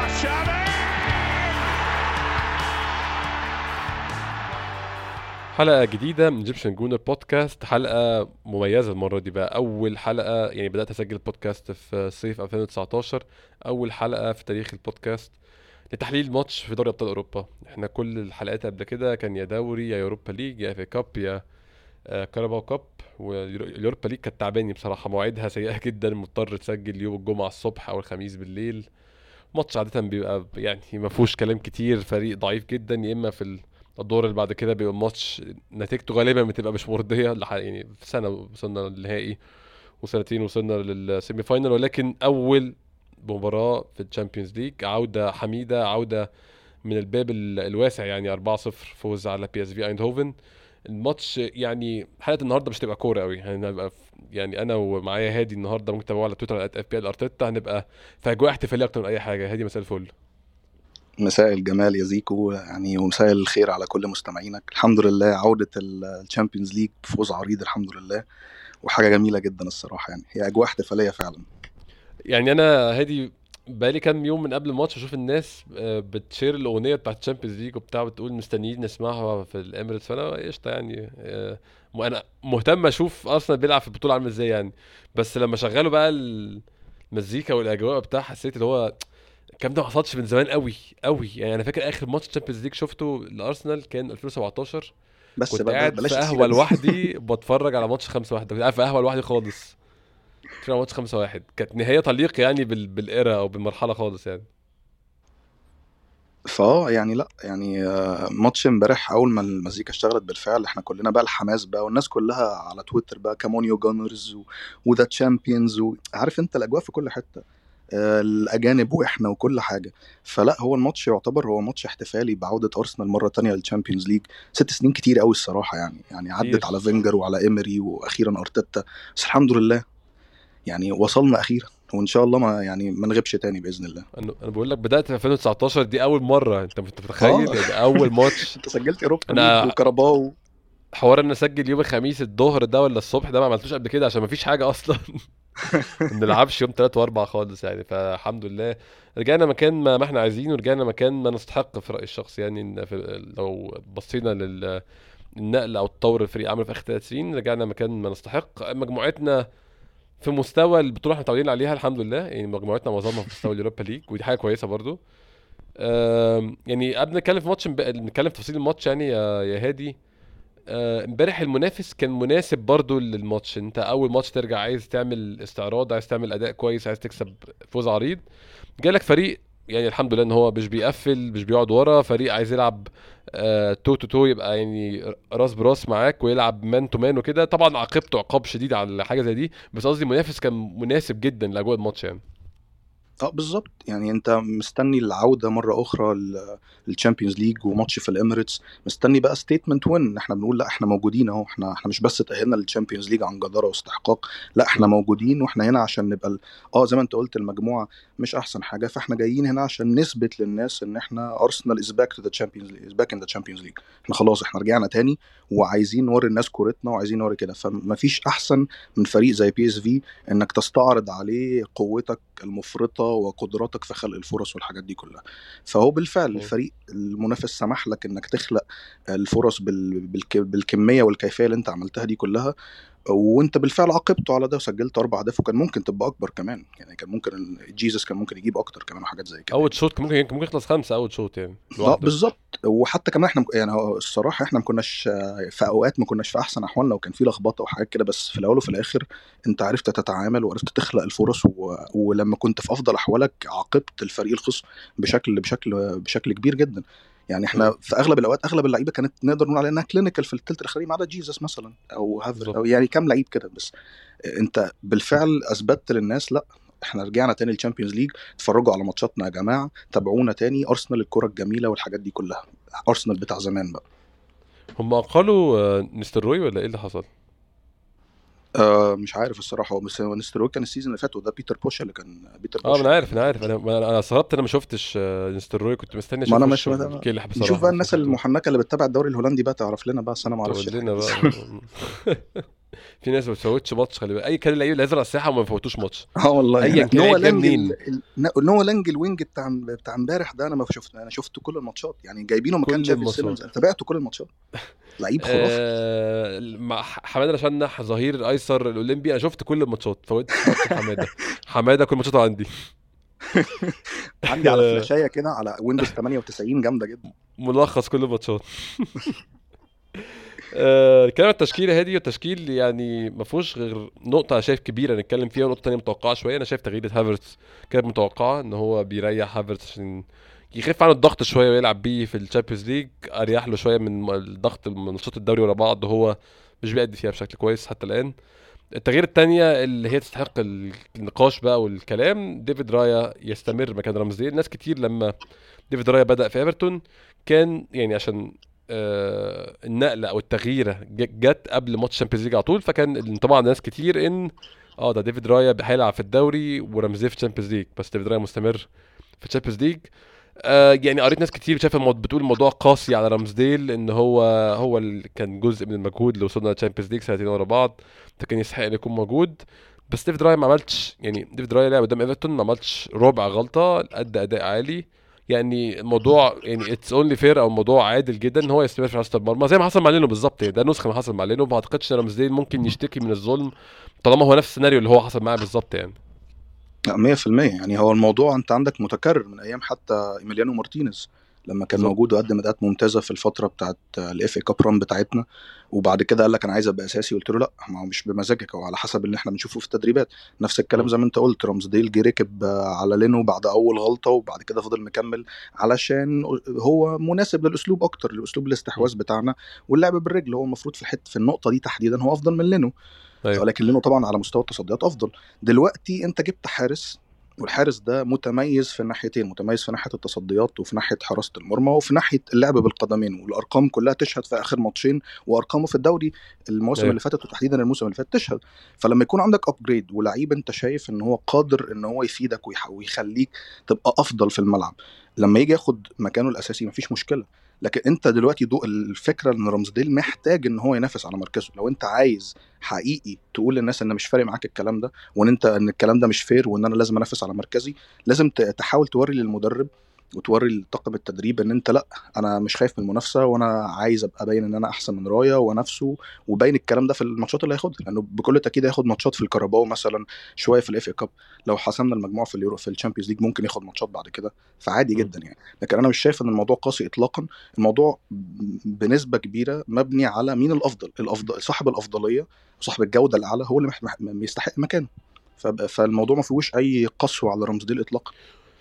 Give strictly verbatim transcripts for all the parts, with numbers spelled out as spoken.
حلقة جديدة من ايجيبشن جونر بودكاست. حلقة مميزة المرة دي بقى، أول حلقة يعني بدأت أسجل البودكاست في صيف ألفين وتسعتاشر. أول حلقة في تاريخ البودكاست لتحليل ماتش في دوري أبطال أوروبا. احنا كل الحلقات قبل كده كان يا دوري يا يوروبا ليج يا اف كاب يا آه، كاراباو كاب. واليوروبا ليج كانت تعباني بصراحة، مواعيدها سيئة جدا، مضطر تسجل يوم الجمعة الصبح أو الخميس بالليل. ماتش عادة بيبقى يعني ما فيهوش كلام كتير، فريق ضعيف جدا، يا اما في الدور اللي بعد كده بيبقى ماتش نتيجته غالبا بتبقى مش مرضية. لح- يعني في سنة وصلنا للنهائي وسنتين وصلنا للسيمي فاينل، ولكن أول مباراة في الشامبيونز ليج عودة حميدة، عودة من الباب ال- الواسع، يعني أربعة صفر فوز على بي اس في ايندهوفن. الماتش يعني حلقة النهارده مش تبقى كورة قوي، هنبقى في- يعني انا ومعايا هادي النهارده، ممكن تتابعوا على تويتر اف بي ال ارتيتا، هنبقى في اجواء احتفاليه اكتر من اي حاجه. هادي مساء الفل. مساء الجمال يا زيكو، يعني ومساء الخير على كل مستمعينك. الحمد لله عودة الشامبيونز ليج بفوز عريض الحمد لله، وحاجة جميلة جدا الصراحة. يعني هي أجواء احتفالية فعلا. يعني انا هادي بقالي كام يوم من قبل الماتش اشوف الناس آه، بتشير الاغنيه بتاعت الشامبيونز ليج وبتاع، بتقول مستنيين نسمعها في الاميريتس، فانا قشطه يعني. آه، م- انا مهتم اشوف ارسنال بيلعب في البطوله عامل ازاي يعني. بس لما شغلوا بقى المزيكا والاجواء بتاع، حسيت اللي هو الكلام ده ما حصلش من زمان قوي قوي. يعني انا فاكر اخر ماتش تشامبيونز ليج شفته لارسنال كان ألفين وسبعتاشر. بس كنت بقى بقى قاعد في بلاش السيرة قهوه دي. لوحدي بتفرج على ماتش خمسة واحد، كنت قاعد في قهوه لوحدي خالص بتفرج على ماتش خمسة واحد. كانت نهايه تليق يعني بال... بالايرا او بالمرحله خالص يعني. فاه يعني لا يعني آه، ماتش امبارح أول ما المزيكا اشتغلت بالفعل احنا كلنا بقى الحماس بقى، والناس كلها على تويتر بقى كامونيو جانرز وذا تشامبيونز، وعارف انت الأجواء في كل حتة، آه، الأجانب وإحنا وكل حاجة. فلا هو الماتش يعتبر هو ماتش احتفالي بعودة أرسنال مرة تانية للتشامبيونز ليج. ست سنين كتير قوي الصراحة، يعني يعني عدت على كتير. فينجر وعلى إيمري وأخيرا أرتيتا، بس الحمد لله يعني وصلنا أخيرا، وإن شاء الله ما يعني ما نغيبش تاني بإذن الله. انا انا بقول لك بدات في ألفين وتسعتاشر، دي اول مره، انت انت اه متخيل يعني اول ماتش. انت سجلت اوروبا ليج انا وكاراباو. حوار ان اسجل يوم الخميس الظهر ده ولا الصبح ده ما عملتوش قبل كده، عشان ما فيش حاجه اصلا. ما بنلعبش يوم ثلاثة واربعة خالص يعني، فالحمد لله رجعنا مكان ما, ما احنا عايزين، ورجعنا مكان ما نستحق في رأيي الشخصي يعني. إن في لو بصينا للنقل او التطور الفريق عمله في اخر ثلاث سنين، رجعنا مكان ما نستحق. مجموعتنا في مستوى البطوله احنا متعودين عليها الحمد لله، يعني مجموعتنا معظمها في مستوى اليوروبا ليج، ودي حاجه كويسه برضو. أم، يعني قبل ما نتكلم في ماتش امب- نتكلم في تفاصيل الماتش يعني يا يا هادي. آه، امبارح المنافس كان مناسب برضو للماتش. انت اول ماتش ترجع عايز تعمل استعراض، عايز تعمل اداء كويس، عايز تكسب فوز عريض. جالك فريق يعني الحمد لله ان هو مش بيقفل، مش بيقعد ورا، فريق عايز يلعب آه، تو تو تو، يبقى يعني راس براس معاك ويلعب مان تو مان وكده. طبعا عاقبته عقاب شديد على حاجه زي دي، بس قصدي المنافس كان مناسب جدا لاجواء الماتش يعني. اه بالظبط، يعني انت مستني العودة مرة اخرى للتشامبيونز ليج وماتش في الاميريتس، مستني بقى ستيتمنت وين، احنا بنقول لا احنا موجودين اهو، احنا احنا مش بس تأهلنا للتشامبيونز ليج عن جدارة واستحقاق، لا احنا م. موجودين واحنا هنا عشان نبقى ال- اه زي ما انت قلت المجموعة مش احسن حاجة، فاحنا جايين هنا عشان نثبت للناس ان احنا ارسنال از باك تو ذا تشامبيونز ليج، از باك ان ذا تشامبيونز ليج. احنا خلاص احنا رجعنا تاني، وعايزين نوري الناس كورتنا، وعايزين نوري كده. فمفيش احسن من فريق زي بي اس في انك تستعرض عليه قوتك المفرطة وقدراتك في خلق الفرص والحاجات دي كلها. فهو بالفعل م. الفريق المنافس سمح لك انك تخلق الفرص بال... بالك... بالكمية والكيفية اللي انت عملتها دي كلها، وانت بالفعل عاقبته على ده وسجلت اربع اهداف، وكان ممكن تبقى اكبر كمان، يعني كان ممكن جيسس كان ممكن يجيب اكتر كمان وحاجات زي كده اوت يعني. شوت كان ممكن كان ممكن يخلص خمسه اوت شوت يعني اه لوحده. بالظبط، وحتى كمان احنا يعني هو الصراحه احنا ما كناش في اوقات ما كناش في احسن احوالنا، وكان في لخبطه وحاجات كده، بس في الاول وفي الاخر انت عرفت تتعامل وعرفت تخلق الفرص و... ولما كنت في افضل احوالك عاقبت الفريق الخصم بشكل بشكل بشكل كبير جدا. يعني م. احنا في اغلب الاوقات اغلب اللعيبه كانت نقدر نقول عليها انها كلينيكال في الثلث الاخراني، ما عدا جيزس مثلا او هافر بالظبط. او يعني كام لعيب كده بس. انت بالفعل اثبتت للناس لا احنا رجعنا تاني الشامبيونز ليج، اتفرجوا على ماتشاتنا يا جماعه، تابعونا تاني، ارسنال الكره الجميله والحاجات دي كلها، ارسنال بتاع زمان بقى. هم اقلوا آه، نستروي ولا ايه اللي حصل؟ آه مش عارف الصراحه، هو بس هو نستروي كان السيزون اللي فات، وده بيتر بوش اللي كان بيتر اه ما بوش انا اللي عارف كان انا عارف انا ما انا أنا استغربت، انا ما شفتش آه، نستروي، كنت مستني ما اشوف انا مش وشه متابع. الكلح نشوف بصراحه، بقى بس ما الناس شفتوش. المحنكه اللي بتتابع الدوري الهولندي بقى تعرف لنا بقى، بس انا ما اعرفش تقول الحاجات لنا دي. بقى. في ناس ما بتفوتش ماتش، خلي بالك اي كان اللعيب اللي هينزل على الساحه وما بيفوتوش ماتش اه والله ايا يعني كان، نوah ايا جه لانج منين. ال... ال... نوah لانج الوينج بتاع بتاع امبارح ده، انا ما شفت، انا شفت كل الماتشات يعني، جايبينه مكان كل جافي الماتشات. سيمنز، انا تابعته كل الماتشات. لعيب خرافي. آه مع ح- حماده رشنح ظهير الايسر الاولمبي، انا شفت كل الماتشات، فوتش ماتش حماده. حماده كل ماتشاته عندي. عندي على فلاشايه كده على ويندوز ثمانية وتسعين، جامده جدا. ملخص كل الماتشات. آه، الكلام عن التشكيله هادي، والتشكيل يعني ما فيهوش غير نقطه انا شايف كبيره نتكلم فيها، ونقطه تانية متوقعه شويه. انا شايف تغيير هافرتس كانت متوقعه، ان هو بيريح هافرتس عشان يخف عنه الضغط شويه ويلعب بيه في الشامبيونز ليج، اريح له شويه من الضغط من ماتشات الدوري ورا بعض، هو مش بيأدي فيها بشكل كويس حتى الان. التغيير التانية اللي هي تستحق النقاش بقى والكلام، ديفيد رايا يستمر مكان رامزديل. ناس كتير لما ديفيد رايا بدأ في ايفرتون كان يعني عشان آه النقله او التغييره ج- جت قبل ماتش الشامبيونز ليج على طول، فكان الانطباع عند ناس كتير ان اه ده ديفيد رايا هيلعب في الدوري ورمزيه في الشامبيونز ليج، بس ديفيد رايا مستمر في الشامبيونز ليج. آه يعني قريت ناس كتير شايفه الموضوع، بتقول الموضوع قاسي على رامزديل، ان هو هو اللي كان جزء من المجهود اللي وصلنا للشامبيونز ليج سنتين ورا بعض، فكان يستحق انه يكون موجود. بس ديفيد رايا ما عملتش، يعني ديفيد رايا لعب قدام ايفرتون ما عملش ربع غلطه، ادى اداء عالي. يعني الموضوع يعني اتس اونلي فير، او الموضوع عادل جدا ان هو يستمر في حراسه المرمى زي ما حصل مع لينو بالظبط. يعني ده نسخه ما حصل مع لينو، ما اعتقدش ان رامزديل ممكن يشتكي من الظلم طالما هو نفس السيناريو اللي هو حصل معاه بالظبط يعني. لا مية في المية يعني، هو الموضوع انت عندك متكرر من ايام حتى ايميليانو مارتينيز لما كان بالظبط. موجود وقدم اداءات ممتازه في الفتره بتاعت الاف اي كاب ران بتاعتنا، وبعد كده قال لك انا عايز ابقى اساسي، قلت له لا، ما هو مش بمزاجك، او على حسب اللي احنا بنشوفه في التدريبات. نفس الكلام مم. زي ما انت قلت، رامزديل جه ركب آه، على لينو بعد اول غلطه، وبعد كده فضل مكمل علشان هو مناسب للاسلوب اكتر، لاسلوب مم. الاستحواذ بتاعنا واللعب بالرجل. هو المفروض في الحته في النقطه دي تحديدا هو افضل من لينو، ايوه. ولكن لينو طبعا على مستوى التصديات افضل. دلوقتي انت جبت حارس، والحارس ده متميز في الناحيتين، متميز في ناحيه التصديات وفي ناحيه حراسه المرمى وفي ناحيه اللعب بالقدمين، والارقام كلها تشهد في اخر ماتشين، وارقامه في الدوري المواسم اللي ايوه. فاتت وتحديدا الموسم اللي فات تشهد. فلما يكون عندك ابجريد ولعيب انت شايف ان هو قادر ان هو يفيدك ويح- ويخليك تبقى افضل في الملعب، لما يجي ياخد مكانه الاساسي مفيش مشكله. لكن انت دلوقتي ضوء الفكره ان رمزديل محتاج ان هو ينافس على مركزه. لو انت عايز حقيقي تقول للناس ان مش فارق معاك الكلام ده، وان انت ان الكلام ده مش فير، وان انا لازم انافس على مركزي، لازم ت- تحاول توري للمدرب وتوري لطاقم التدريب ان انت لا، انا مش خايف من المنافسه، وانا عايز ابقى باين ان انا احسن من رايا ونفسه، وباين الكلام ده في الماتشات اللي هياخدها، لانه بكل تاكيد هياخد ماتشات في الكاراباو مثلا، شويه في الاف اي كاب، لو حسمنا المجموعه في اليورو في الشامبيونز ليج ممكن ياخد ماتشات بعد كده، فعادي مم. جدا يعني. لكن انا مش شايف ان الموضوع قاسي اطلاقا. الموضوع بنسبه كبيره مبني على مين الافضل، الافضل صاحب الافضليه وصاحب الجوده الاعلى هو اللي مح- مح- يستحق مكانه. فب- فالموضوع ما فيهوش اي قسوه على رمزديل اطلاقا.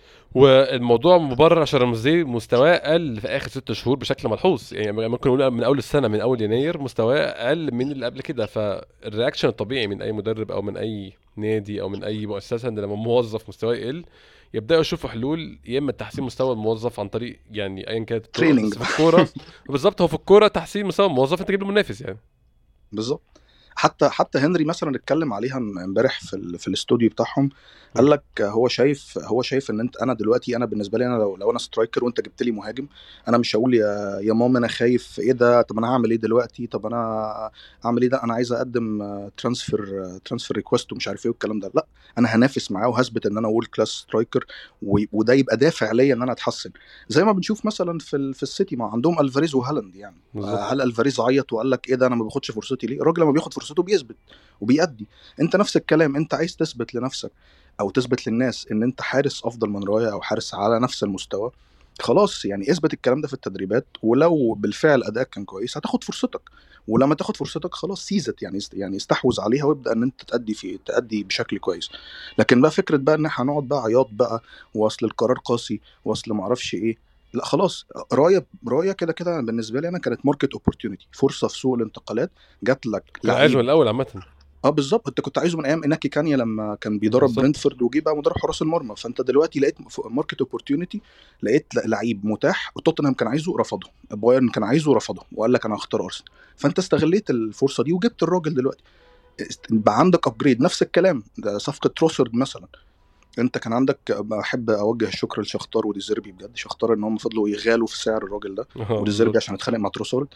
والموضوع مبرر عشان رمزي مستواه قل في اخر ست شهور بشكل ملحوظ، يعني ممكن نقول من اول السنه، من اول يناير مستواه اقل من اللي قبل كده. فالرياكشن الطبيعي من اي مدرب او من اي نادي او من اي مؤسسه ان لما موظف مستواه يقل يبداوا يشوفوا حلول، يا اما تحسين مستوى الموظف عن طريق يعني ايا كانت الطرق، تريننج بس في الكوره بالظبط، هو في الكوره تحسين مستوى الموظف انت تجيب له منافس يعني. بالظبط. حتى حتى هنري مثلا اتكلم عليها م- امبارح في ال... في الاستوديو بتاعهم، م. قال لك هو شايف هو شايف ان انت، انا دلوقتي انا بالنسبه لي، انا لو لو انا سترايكر وانت جبت لي مهاجم، انا مش هقول يا يا ماما انا خايف ايه ده، طب انا هعمل ايه دلوقتي، طب انا اعمل ايه ده، انا عايز اقدم ترانسفير ترانسفير ريكوست ومش عارف ايه والكلام ده، لا، انا هنافس معاه وهثبت ان انا وورلد كلاس سترايكر، وده يبقى دافع ليا ان انا اتحسن. زي ما بنشوف مثلا في ال... في السيتي، ما عندهم الفاريز وهالاند يعني. بالظبط. هل الفاريز عيط وقال لك ايه ده انا ما باخدش فرصتي ليه؟ الراجل لما بياخد فرصته بيثبت وبيأدي. انت نفس الكلام، انت عايز تثبت لنفسك او تثبت للناس ان انت حارس افضل من رايا او حارس على نفس المستوى، خلاص يعني اثبت الكلام ده في التدريبات، ولو بالفعل ادائك كان كويس هتاخد فرصتك، ولما تاخد فرصتك خلاص سيزت يعني، است- يعني استحوذ عليها وابدا ان انت تأدي في تأدي بشكل كويس. لكن بقى فكره بقى ان احنا هنقعد بقى عياط بقى، واصل القرار قاسي، واصل ما اعرفش ايه، لا خلاص. رايا رايا كده كده بالنسبه لي انا كانت ماركت اوبورتيونيتي، فرصه في سوق الانتقالات، جات لك كنت عايزه من لعيب. الاول عامه. اه بالظبط، انت كنت عايزه من ايام اناكي كانيا لما كان بيدرب بالظبط. برنتفورد وجي بقى مدرب حراس المرمى، فانت دلوقتي لقيت ماركت اوبورتيونيتي، لقيت لعيب متاح، توتنهام كان عايزه رفضه، بايرن كان عايزه رفضه، وقال لك انا هختار ارسنال، فانت استغليت الفرصه دي وجبت الراجل دلوقتي، است- بقى عندك ابجريد. نفس الكلام ده صفقه تروسرد مثلا، انت كان عندك، بحب اوجه الشكر لشختار وديزيربي، بجد شختار ان هم فضلوا يغالوا في سعر الراجل ده، اه وديزيربي بالظبط. عشان اتخانق مع تروسرد.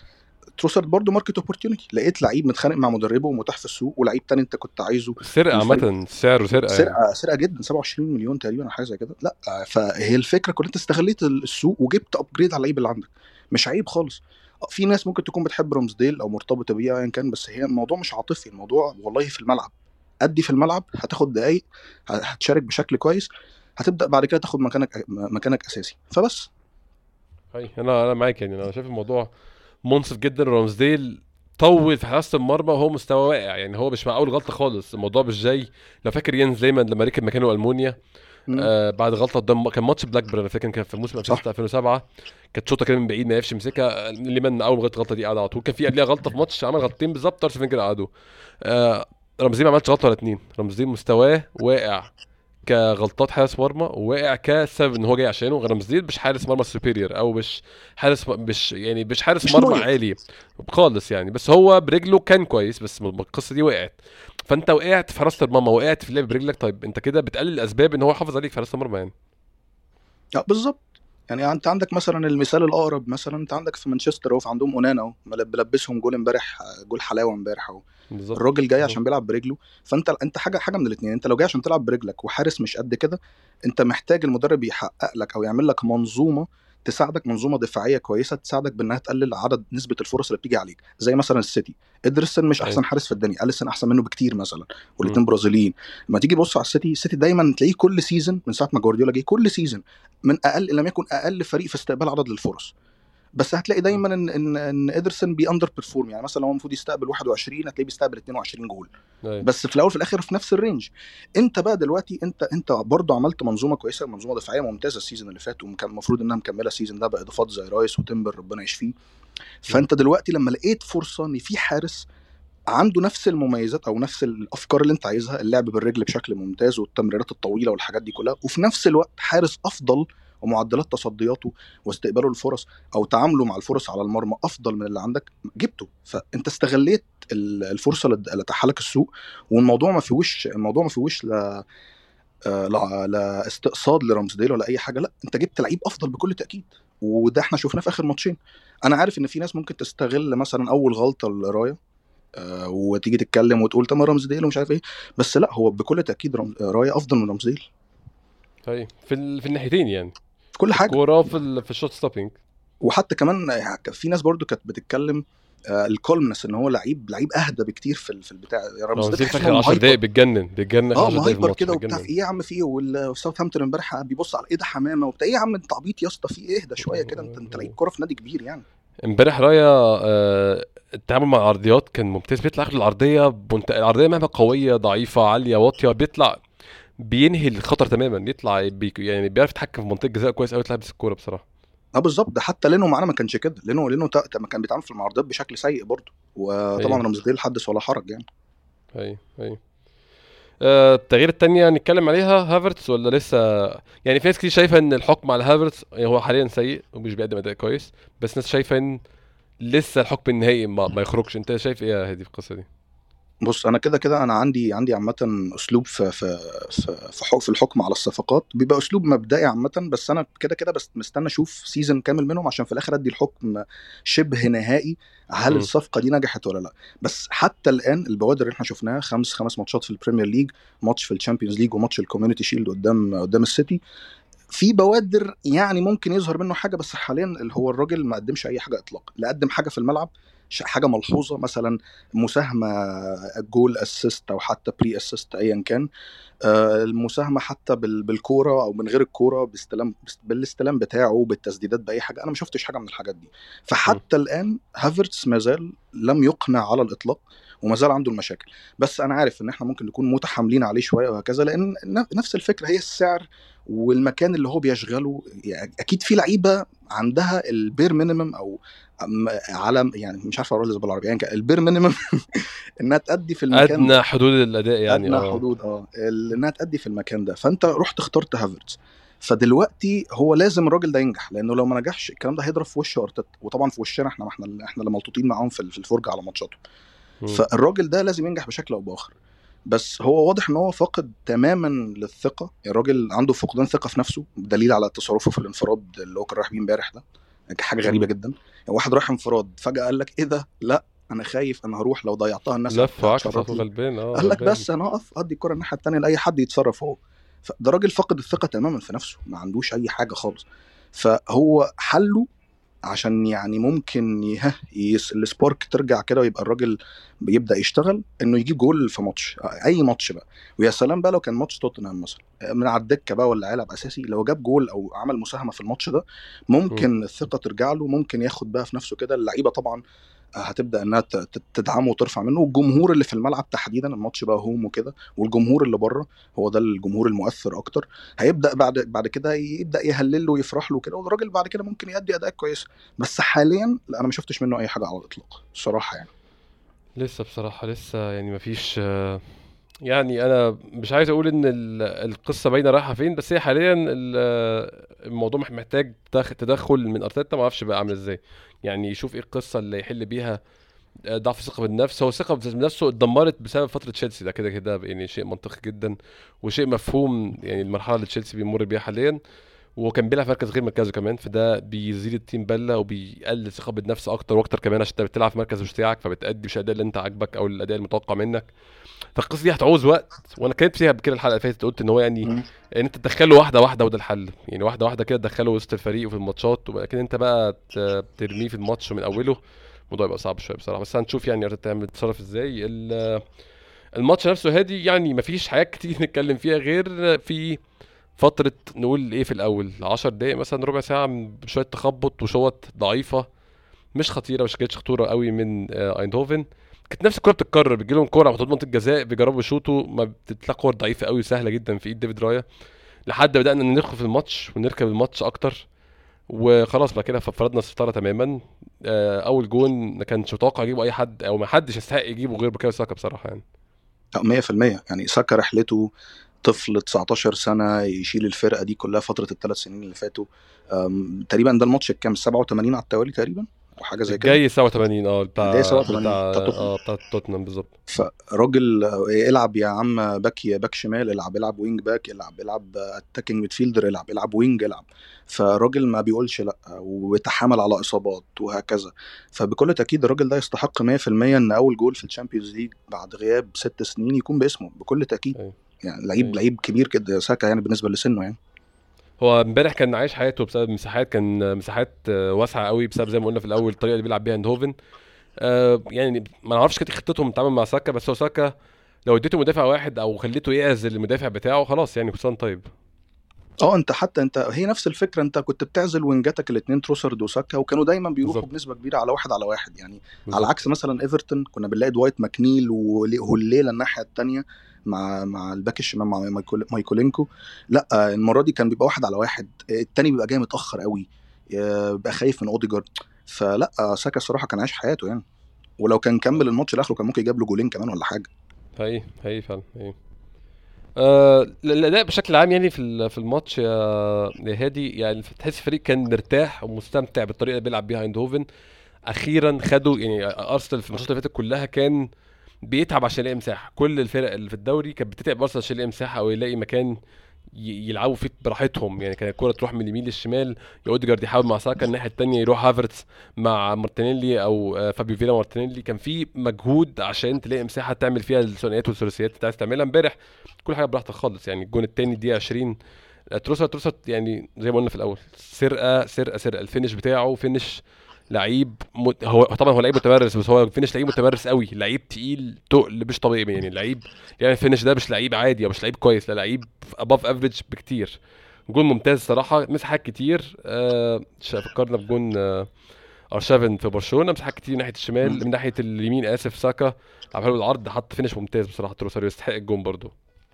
تروسرد برضو ماركت اوبورتيونيتي، لقيت لعيب متخانق مع مدربه ومتاح في السوق، ولعيب تاني انت كنت عايزه سرقه والفريق عامه، سعره سرقه يعني. سرقه سرقه جدا، سبعة وعشرين مليون تقريبا حاجه زي كده. لا فهي الفكره كلها انت استغليت السوق وجبت ابجريد على اللعيب اللي عندك، مش عيب خالص. في ناس ممكن تكون بتحب رامسديل او مرتبطه بيه ايا كان، بس هي الموضوع مش عاطفي، الموضوع والله في الملعب. ادي في الملعب هتاخد دقايق، هتشارك بشكل كويس، هتبدا بعد كده تاخد مكانك مكانك اساسي، فبس. هاي انا انا معاك يعني، انا شايف الموضوع منصف جدا. رامسديل طول في حراسه المرمى وهو مستوى واقع يعني، هو مش مع اول غلطه خالص، الموضوع مش جاي. لو فاكر يانز ليمان لما ركب مكانه المونيا مم. آه بعد غلطه قدام، كان ماتش بلاك بيرن، انا فاكر كان في موسم صح. ألفين وستة ألفين وسبعة، كانت شوطه كده من بعيد ما يعرفش يمسكها ليمان، اول ما غلط الغلطه دي قعد على طول. كان في قبلها غلطه في ماتش عمل غلطتين بالظبط، ارسنال فينجر قعدوا. آه رمزي ما عملش غلطه ولا اتنين، رمزي مستواه واقع كغلطات حارس مرمى، وواقع كسبب ان هو جاي عشانه. رمزديل مش حارس مرمى سوبيريور، او مش حارس م- مش يعني مش حارس مش مرمى نوير. عالي خالص يعني، بس هو برجله كان كويس، بس م- القصه دي وقعت. فانت وقعت في حراسه المرمى، وقعت في اللعب برجلك، طيب انت كده بتقلل الاسباب ان هو يحافظ عليك في حراسه المرمى يعني. اه بالظبط. يعني انت عندك مثلا المثال الاقرب، مثلا انت عندك في مانشستر اهو، في عندهم اونانا اهو، ملب- بلبسهم جول امبارح، جول حلاوه امبارح اهو. بالظبط الراجل جاي بالظبط. عشان بيلعب برجله. فانت انت حاجه حاجه من الاثنين، انت لو جاي عشان تلعب برجلك وحارس مش قد كده، انت محتاج المدرب يحقق لك او يعمل لك منظومه تساعدك، منظومه دفاعيه كويسه تساعدك بانها تقلل عدد نسبه الفرص اللي بتيجي عليك، زي مثلا السيتي. ادرسن مش ايوه. احسن حارس في الدنيا، اليسون احسن منه بكتير مثلا، مم. والاثنين برازيليين. لما تيجي تبص على السيتي، السيتي دايما تلاقيه كل سيزون من ساعه ما جوارديولا جه، كل سيزون من اقل ان لم يكن اقل فريق في استقبال عدد للفرص. بس هتلاقي مم. دايما ان ان ان ادرسون بي اندر بيرفورم، يعني مثلا لو هو المفروض يستقبل واحد وعشرين هتلاقيه بيستقبل اتنين وعشرين جول، ايوه. بس في الاول في الاخر في نفس الرينج. انت بقى دلوقتي انت انت برضه عملت منظومه كويسه، منظومه دفاعيه ممتازه السيزون اللي فات، وكان المفروض انها مكمله السيزون ده باضافات زي رايس وتمبر ربنا يشفيه. مم. فانت دلوقتي لما لقيت فرصه ان في حارس عنده نفس المميزات او نفس الافكار اللي انت عايزها، اللعب بالرجل بشكل ممتاز والتمريرات الطويله والحاجات دي كلها، وفي نفس الوقت حارس افضل ومعدلات تصدياته واستقباله الفرص او تعامله مع الفرص على المرمى افضل من اللي عندك، جبته. فانت استغليت ال- الفرصه اللي اللي اتاح لك السوق. والموضوع ما فيهوش الموضوع ما فيهوش لا آه، لا لا استقصاد لرامسديل ولا اي حاجه، لا انت جبت لعيب افضل بكل تاكيد. وده احنا شفناه في اخر ماتشين. انا عارف ان في ناس ممكن تستغل مثلا اول غلطه لرايا، آه، وتيجي تتكلم وتقول تمام رامسديل ومش عارف ايه، بس لا هو بكل تاكيد رمز... رايا افضل من رامسديل هاي في ال... في الناحيتين يعني، في كل في حاجه. الكوره وفي ال... في الشوت ستوبينج. وحتى كمان يعني في ناس برضو كانت بتتكلم آه الكولمنس ان هو لعيب لعيب اهدى بكتير في ال- في البتاع، يعني رامسديل رمزين في تحس ان هو اخر عشر مهايبر. دقايق بتجنن بتجنن، اخر اه عشر دقايق في مهايبر الماتش كده وبتاع، في بتجنن. ايه يا عم، في ايه، والساوثهامبتون امبارح بيبص على ايه ده حمامه وبتاع، ايه يا عم انت عبيط يا اسطى، في ايه، اهدى شويه كده، انت انت لعيب كوره في نادي كبير يعني. امبارح رايا آه، التعامل مع العرضيات كان ممتاز، بيطلع ياخد العرضيه بنت... العرضيه مهما قويه ضعيفه عاليه واطيه، بيطلع بينهي الخطر تماما، يطلع بي... يعني بيعرف يتحكم في منطقه الجزاء كويس قوي، يطلع بس الكوره بصراحه. اه بالظبط. ده حتى لينو معانا ما كانش كده، لينو لينو تا- تا- ما كان بيتعامل في المعارضات بشكل سيء برضه، هي وطبعا رامسديل حدث ولا حرج يعني. هي هي آه، التغيير التانية نتكلم عليها هافرتس ولا لسه؟ يعني في ناس كتير شايفه ان الحكم على هافرتس هو حاليا سيء ومش بيقدم اداء كويس، بس ناس شايفه ان لسه الحكم النهائي ما, ما يخرجش. انت شايف ايه يا هادي في القصه دي؟ بص انا كده كده انا عندي عندي عامه اسلوب في في في في حك- في الحكم على الصفقات، بيبقى اسلوب مبدئي عامه، بس انا كده كده بس مستني اشوف سيزون كامل منهم عشان في الاخر ادي الحكم شبه نهائي، هل امم. الصفقه دي نجحت ولا لا. بس حتى الان البوادر اللي احنا شفناها، خمس خمس ماتشات في البريمير ليج، ماتش في الشامبيونز ليج وماتش الكوميونتي شيلد قدام قدام السيتي، في بوادر يعني ممكن يظهر منه حاجه، بس حاليا اللي هو الراجل ما قدمش اي حاجه اطلاقا، لا قدم حاجه في الملعب ش- حاجه ملحوظه مثلا، مساهمه، جول اسيست او حتى بري اسيست ايا كان، آه، المساهمه حتى بال- بالكوره او من غير الكوره، باستلام بالاستلام بتاعه، بالتسديدات، باي حاجه، انا ما شفتش حاجه من الحاجات دي. امم. فحتى الان هافرتس ما زال لم يقنع على الاطلاق، وما زال عنده المشاكل. بس انا عارف ان احنا ممكن نكون متحاملين عليه شويه وهكذا، لان ن- نفس الفكره هي السعر والمكان اللي هو بيشغله. يعني اكيد في لعيبه عندها البير مينيمم او أم- على يعني مش عارف اقول بالعربي، يعني البير مينيمم انها تأدي في المكان ده، ادنى حدود الاداء يعني ادنى اه. حدود اه ال- انها تأدي في المكان ده، فانت رحت اخترت هافرتز. فدلوقتي هو لازم الراجل ده ينجح، لانه لو ما نجحش الكلام ده هيضرب في وش ارتيتا، وطبعا في وشنا احنا، ما احنا احنا اللي ملطوطين معاهم في في الفرجه على ماتشاته. امم. فالراجل ده لازم ينجح بشكل او باخر. بس هو واضح ان هو فاقد تماما للثقه، الراجل عنده فقدان ثقه في نفسه، دليل على تصرفه في الانفراد اللي هو كان رايح بيه امبارح ده. حاجه غريبه مم. جدا. يعني واحد رايح انفراد فجاه قال لك ايه ده، لا انا خايف، انا هروح لو ضيعتها الناس هت- لف وعكس على هتشرط طول، لي. غلبان اه قال لك غلبان. بس انا اقف ادي الكره الناحيه التانيه لاي حد يتصرف هو. فده راجل فقد الثقه تماما في نفسه، ما عندوش اي حاجه خالص. فهو حله عشان يعني ممكن يه... يس... السبارك ترجع كده ويبقى الراجل بيبدأ يشتغل، انه يجيب جول في ماتش، اي ماتش بقى. ويا سلام بقى لو كان ماتش توتنهام مثلا من على الدكه بقى ولا هيلعب اساسي، لو جاب جول او عمل مساهمه في الماتش ده مم. ممكن الثقه ترجع له، ممكن ياخد بقى في نفسه كده. اللعيبه طبعا هتبدا انها ت- ت- تدعمه وترفع منه، والجمهور اللي في الملعب تحديدا، الماتش بقى هوم وكده، والجمهور اللي بره هو ده الجمهور المؤثر اكتر، هيبدا بعد بعد كده يبدا يهلل له ويفرح له كده، والراجل بعد كده ممكن يأدي اداء كويس. بس حاليا لا، انا ما شفتش منه اي حاجه على الاطلاق الصراحه يعني. لسه بصراحة لسه يعني مفيش آه، يعني انا مش عايز اقول ان ال- القصة باينة رايحة فين، بس هي حاليا ال- آه، الموضوع مح- محتاج تدخ- تدخل من ارتيتا، ما اعرفش بقى عامل ازاي. يعني يشوف ايه القصة اللي يحل بيها آه، ضعف الثقة بالنفس. هو الثقة بنفسه اتدمرت بسبب فترة تشيلسي، ده كده كده يعني شيء منطقي جدا وشيء مفهوم، يعني المرحلة اللي تشيلسي بيمر بيها حاليا. وكان بيلعب في مركز غير مركزه كمان، فده بيزيد التيم بله وبيقلل ثقه بالنفس اكتر واكتر كمان، عشان انت بتلعب في مركز مش بتاعك، فبتأدي مش الاداء اللي انت عاجبك او الاداء المتوقع منك. فالقصه دي هتعوز وقت، وانا اتكلمت فيها بكده الحلقه اللي فاتت، قلت ان هو يعني مم. ان انت تدخله واحده واحده وده الحل، يعني واحده واحده كده تدخله وسط الفريق وفي الماتشات، ولكن انت بقى ت- ترميه في الماتش من اوله، الموضوع يبقى صعب شويه بصراحه. بس هنشوف يعني ارتيتا تعمل تتصرف ازاي. ال- الماتش نفسه هادي، يعني مفيش حاجات كتير نتكلم فيها غير في فترة نقول ايه، في الاول عشر دقايق مثلا ربع ساعة بشوية تخبط وشوط ضعيفة مش خطيرة، مش كانتش خطورة قوي من آه، ايندهوفن. كانت نفس الكرة بتتكرر، بيجي لهم كورة على حدود منطقة الجزاء بيجربوا يشوطوا، ما بتطلع كور ضعيفة قوي سهلة جدا في ايد ديفيد رايا، لحد بدأنا ندخل في الماتش ونركب الماتش اكتر، وخلاص بقى كده فرضنا الستارة تماما. آه، اول جون ما كانش متوقع يجيبه اي حد، او ما حدش يستحق يجيبه غير بوكايو ساكا بصراحة يعني. مية في المية يعني ساكا رحلته طفل تسعتاشر سنة يشيل الفرقة دي كلها فترة الثلاث سنين اللي فاتوا. أم، تقريبا ده الماتش الكام، سبعة وثمانين على التوالي تقريبا، او حاجة زي كده. الجاي سبعة وتمانين اه الجاي بتاع بتاع سبعة وثمانين بتاع توتنهام. اه بتاع توتنهام بالظبط. فراجل آه، العب يا عم باك، يا باك شمال العب، العب وينج باك العب، العب اتاكينج ميدفيلدر العب، العب وينج العب. فراجل ما بيقولش لا، وبيتحمل على اصابات وهكذا. فبكل تاكيد الراجل ده يستحق مية في المية ان اول جول في الشامبيونز ليج بعد غياب ست سنين يكون باسمه بكل تاكيد. ايوه يعني لعيب ايوه. لعيب كبير كده ساكا يعني بالنسبه لسنه يعني. هو امبارح كان عايش حياته بسبب مساحات، كان مساحات آه، واسعه قوي، بسبب زي ما قلنا في الاول الطريقه اللي بيلعب بيها اندهوفن. آه يعني ما نعرفش كانت خطتهم تتعامل مع ساكا، بس هو ساكا لو اديته مدافع واحد او خليته يعزل المدافع بتاعه خلاص يعني كل طيب. اه انت حتى انت هي نفس الفكره، انت كنت بتعزل وينجاتك الاثنين تروسرد وساكا، وكانوا دايما بيروحوا بالظبط بنسبه كبيره على واحد على واحد يعني. على بالظبط. عكس مثلا ايفرتون كنا بنلاقي دوايت ماكنيل وهوليلا الناحيه الثانيه مع مع الباك الشمال مع مايكول مايكولينكو. لا آه، المره دي كان بيبقى واحد على واحد، آه، التاني بيبقى جاي متاخر قوي، آه، بيبقى خايف من اوديجارد. فلا آه، ساكا الصراحه كان عايش حياته يعني، ولو كان كمل الماتش لاخره كان ممكن يجيب له جولين كمان ولا حاجه. هي هي فعلا هي. آه الاداء بشكل عام يعني في ال- في الماتش يا يا هادي، يعني تحس الفريق كان مرتاح ومستمتع بالطريقه اللي بيلعب بيها ايندهوفن. اخيرا خدوا يعني ارسنال في الماتشات اللي فاتت كلها كان بيتعب عشان يلاقي مساحه، كل الفرق اللي في الدوري كانت بتتعب ارسنال عشان يلاقي مساحه او يلاقي مكان ي- يلعبوا فيه براحتهم، يعني كانت الكوره تروح من اليمين للشمال، يا اوديجارد يحاول مع ساكا الناحيه الثانيه، يروح هافرتس مع مارتينيلي او آه، فابيو فيلا مارتينيلي، كان في مجهود عشان تلاقي مساحه تعمل فيها الثنائيات والثلاثيات اللي انت عايز تعملها. امبارح كل حاجه براحتك خالص، يعني الجون الثاني دقيقه عشرين، آه، تروسر تروسر يعني زي ما قلنا في الاول، سرقه سرقه سرقه، الفينش بتاعه فينش لعيب مت... هو طبعا هو لعيب متمرس، بس هو فينش لعيب متمرس قوي، لعيب تقيل تقل مش طبيعي يعني، لعيب يعني الفينش ده مش لعيب عادي او مش لعيب كويس، لا لعيب اباف افريج بكتير. جون ممتاز صراحه، مساحات كتير آه ش- فكرنا بجون آه ارشافن في برشلونه، مساحات كتير ناحيه الشمال، من ناحيه اليمين اسف ساكا لعبها له بالعرض، حط فينش ممتاز بصراحه، تروسر يستحق الجون برضو.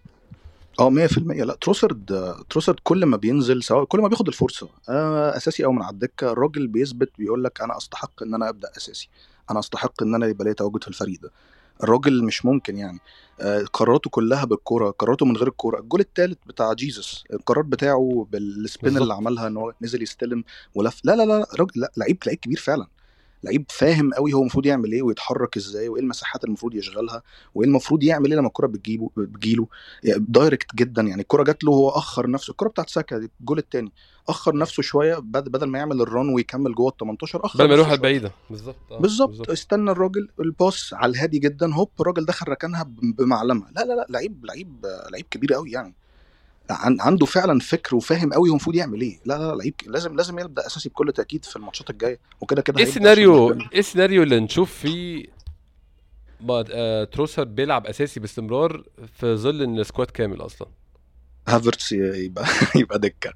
اه مية في المية. لا تروسرد تروسرد كل ما بينزل سواء كل ما بياخد الفرصه آه اساسي او من على الدكه، الراجل بيثبت بيقول لك انا استحق ان انا ابدا اساسي، انا استحق ان انا يبقى لي تواجد في الفريق ده. الراجل مش ممكن يعني. آه قراراته كلها بالكوره، قراراته من غير الكوره. الجول الثالث بتاع جيسس القرار بتاعه بالسبين اللي بالظبط. عملها ان هو نزل يستلم ولف، لا لا لا راجل لا، لعيب لعيب كبير فعلا. لعيب فاهم قوي هو المفروض يعمل ايه ويتحرك ازاي وايه المساحات اللي المفروض يشغلها وايه المفروض يعمل ايه لما الكره بتجيبه بتجيله. يعني دايركت جدا، يعني الكره جات له هو اخر نفسه، الكره بتاعت ساكا دي الجول الثاني، اخر نفسه شويه بد- بدل ما يعمل الران ويكمل جوه ال تمنتاشر بدل اخر ما يروح نفسه على شويه. البعيده بالظبط. اه بالظبط، بالظبط. استنى الراجل الباص على الهادي جدا، هوب الراجل دخل ركنها ب- بمعلمه. لا لا لا، لعيب لعيب لعيب كبير قوي يعني. عن- عنده فعلا فكر وفاهم قوي هو المفروض يعمل ايه. لا لا لا، لعيب لازم لازم يبدا اساسي بكل تاكيد في الماتشات الجايه، وكده كده ايه هيبدا عشان السيناريو برشلونه. ايه السيناريو اللي نشوف فيه ما آه تروسر بيلعب اساسي باستمرار في ظل ان السكواد كامل اصلا؟ هافرتس يبقى يبقى دكه،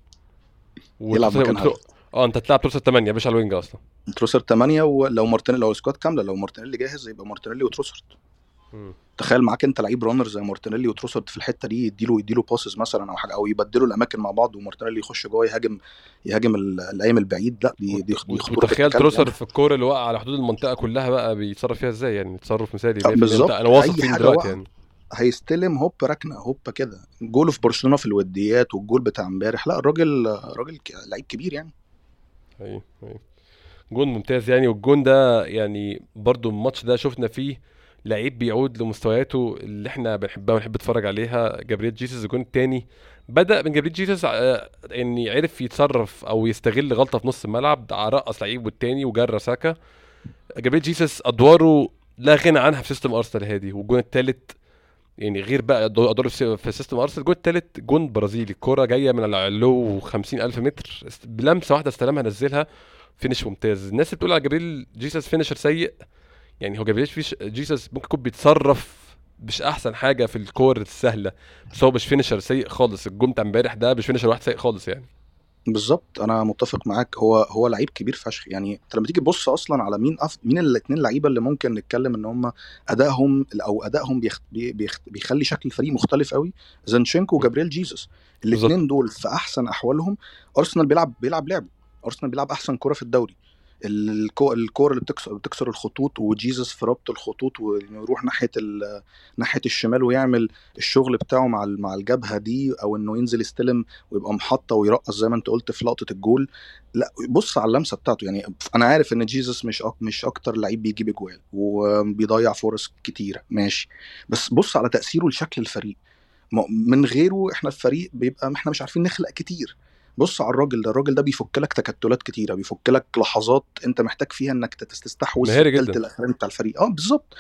يلعب وتروسر مكان وترو... هافرتس. اه انت هتلعب تروسر تمانية مش على الوينج اصلا. تروسر تمانية، ولو مارتينيلي لو السكواد كامله، لو مارتينيلي جاهز يبقى مارتينيلي وتروسر. مم. تخيل معاك انت لعيب رانر زي مارتينيلي وتروسر في الحته دي، يديله يديله باسز مثلا او حاجه، او يبدلوا الاماكن مع بعض ومارتينيلي يخش جوه يهاجم، يهاجم ال- الايام البعيد. لا دي وت... دي, دي وت... خطوره بنت وتخيل كلب يعني. تروسر في الكوره اللي وقع على حدود المنطقه كلها بقى بيتصرف فيها ازاي؟ يعني تصرف مثالي آه، مية في المية. انت بالظبط، انا واثق اي فيه من حاجه دلوقتي واقعه يعني. هيستلم هوب ركنه هوب كده. جول في برشلونه في الوديات والجول بتاع امبارح، لا الراجل راجل ك- لعيب كبير يعني. ايوه ايوه. جون ممتاز يعني. والجون ده يعني برضو الماتش ده شفنا فيه لعيب بيعود لمستوياته اللي احنا بنحبها ونحب نتفرج عليها. جابرييل جيسوس الجون التاني بدأ من جابرييل جيسوس آه، ان عرف يتصرف او يستغل غلطة في نص الملعب، رقص لعيب والتاني وجرى ساكا. جابرييل جيسوس ادواره لا غنى عنها في سيستم ارسنال هادي. والجون التالت يعني غير بقى أدو- ادواره في في سيستم ارسنال. الجون التالت جون برازيلي، الكرة جاية من العلو خمسين الف متر، است- بلمسة واحدة استلمها نزلها، فينش ممتاز. الناس اللي بتقول على جابريل جيسوس فينشر سيء، يعني هو جابريل فيش جيسوس ممكن يكون بيتصرف مش احسن حاجه في الكور السهله، بس هو مش فينشر سيء خالص. الجون بتاع امبارح ده مش فينشر واحد سيء خالص يعني. بالظبط، انا متفق معاك. هو هو لعيب كبير فشخ يعني. انت لما تيجي تبص اصلا على مين أف... مين الاثنين لعيبه اللي ممكن نتكلم ان هم ادائهم او ادائهم بيخ... بي- بيخ... بيخلي شكل الفريق مختلف قوي، زنشينكو م. وجابريل جيسوس. بالظبط. الاثنين دول في احسن احوالهم. ارسنال بيلعب بيلعب لعبه، ارسنال بيلعب احسن كرة في الدوري. الكو... الكور اللي بتكسر بتكسر الخطوط، وجيسوس في ربط الخطوط ويروح ناحيه ال... ناحيه الشمال ويعمل الشغل بتاعه مع ال- مع الجبهه دي، او انه ينزل يستلم ويبقى محطة ويرقص زي ما انت قلت في لقطة الجول. لا بص على اللمسة بتاعته يعني. انا عارف ان جيسوس مش أك مش اكتر لعيب بيجيب اجوال وبيضيع فرص كتيرة ماشي، بس بص على تأثيره لشكل الفريق. م- من غيره احنا الفريق بيبقى احنا مش عارفين نخلق كتير. بص على الراجل ده، الراجل ده بيفك لك تكتلات كتيرة، بيفك لك لحظات انت محتاج فيها انك تت- تستحوذ في مهاري التلت جدا. الاخراني بتاع الفريق. اه بالظبط.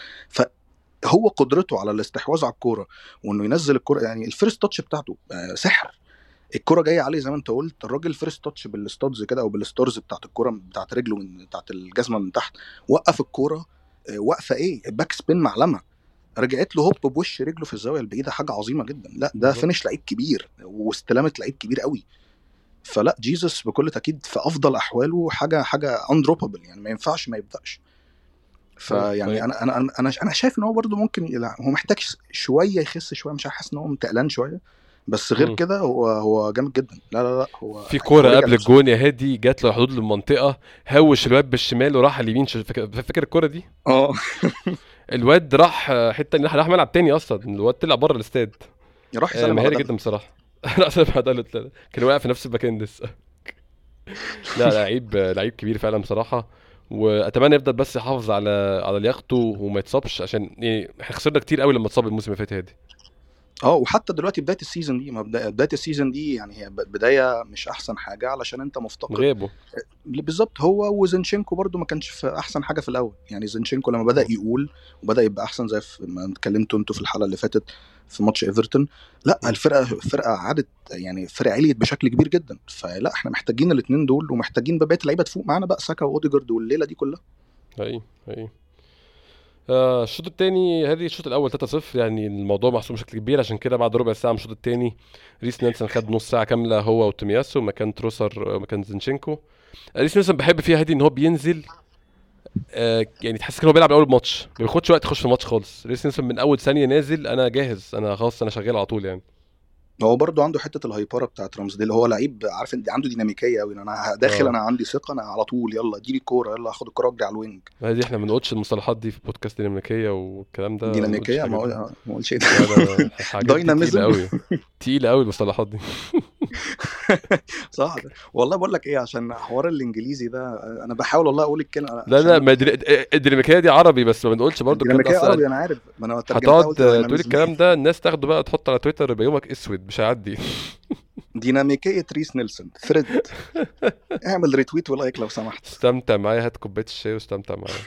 فهو قدرته على الاستحواذ على الكوره وانه ينزل الكوره، يعني الفيرست تاتش بتاعته آه، سحر. الكرة جاية عليه زي ما انت قلت، الراجل فيرست تاتش بالستادز كده او بالستارز بتاعت الكرة بتاعت رجله من بتاعت الجزمة من تحت، وقف الكرة. اه، واقفة ايه، باك سبين معلمة، رجعت له هوب بوش رجله في الزاوية البعيدة، حاجة عظيمة جدا. لا ده بالظبط. فينش لعيب كبير واستلامة لعيب كبير قوي. فلا جيسوس بكل تأكيد في افضل احواله حاجة حاجة اندروبابل يعني، ما ينفعش ما يبدأش. طيب فيعني طيب. انا انا انا انا انا شايف ان هو برده ممكن يلعب. هو محتاج شويه يخس شويه، مش حاسس ان هو متقلان شويه، بس غير مم. كده هو هو جامد جدا. لا لا لا، هو في هو كوره رجع قبل لنفسه. الجون يا هادي جات له حدود المنطقه، هوش الواد بالشمال وراح على اليمين. ش- فاكر فاكر الكوره دي؟ اه الواد راح آه، حته راح راح ملعب تاني اصلا، الواد طلع بره الاستاد. راح آه، يسلم على مهاري جدا دالاس. بصراحه. لا سلام على ده، كان واقع في نفس المكان لسه. لا لعيب لعيب كبير فعلا بصراحه. واتمنى يفضل بس يحافظ على على لياقته وما يتصابش، عشان يعني احنا خسرنا كتير قوي لما اتصاب الموسم اللي فات هادي. اه وحتى دلوقتي بدايه السيزون دي، ما بدايه بدايه السيزون دي يعني هي ب- بدايه مش احسن حاجه علشان انت مفتقد. غيابه. بالظبط، هو وزنشينكو برضو ما كانش في احسن حاجه في الاول يعني. زنشينكو لما بدا اه يقول وبدا يبقى احسن زي في- ما اتكلمتوا انتوا في الحلقه اللي فاتت في ماتش ايفرتون، لا م. الفرقه الفرقه عادت يعني، الفرقه عليت بشكل كبير جدا. فلا احنا محتاجين الاثنين دول، ومحتاجين بقيه اللعيبه تفوق معانا بقى، ساكا واوديجارد والليله دي كلها. اي اي. آه الشوط الثاني هذه الشوط الاول ثلاثة صفر، يعني الموضوع محسوم بشكل كبير. عشان كده بعد ربع ساعه من الشوط الثاني ريس نيلسون خد نص ساعه كامله هو وتومياسو مكان تروسر مكان زينشينكو. ريس نيلسون بحب فيها هادي ان هو بينزل، آه يعني تحس ان هو بيلعب اول ماتش، ما بياخدش وقت يخش في الماتش خالص. ريس نيلسون من اول ثانيه نازل، انا جاهز، انا خلاص انا شغال على طول يعني. هو برضو عنده حته الهايبره بتاعت رامزديل، هو لعيب عارف انت، عنده ديناميكيه قوي. انا داخل اه انا عندي ثقه، انا على طول يلا اديني الكوره، يلا اخد الكوره اجري على الوينج. هذه احنا ما بنقولش المصطلحات دي في بودكاست ديناميكيه والكلام ده، ما بنقولش ديناميكيه، ما الحاجات اقول دي. ما اقولش ايه لا لا لا، الحاجات دي تقيله دايناميزم. قوي، تقيله قوي المصطلحات دي. صح ده. والله بقول لك ايه، عشان حوار الانجليزي ده انا بحاول والله اقول الكلمه لا عشان لا، انا ما بح... الدر- الديناميكيه دي عربي بس ما بنقولش برضو الكلام ده الديناميكيه اصلا. عربي انا عارف، ما انا ترجمتها هتقعد قلت زي آه، ما تقول نزل. الكلام ده الناس تاخده بقى تحط على تويتر يبقى يومك اسود مش هيعدي. ديناميكيه ريس نيلسون ثريد. اعمل ريتويت ولايك لو سمحت. استمتع معايا، هات كوبايه الشاي واستمتع معايا.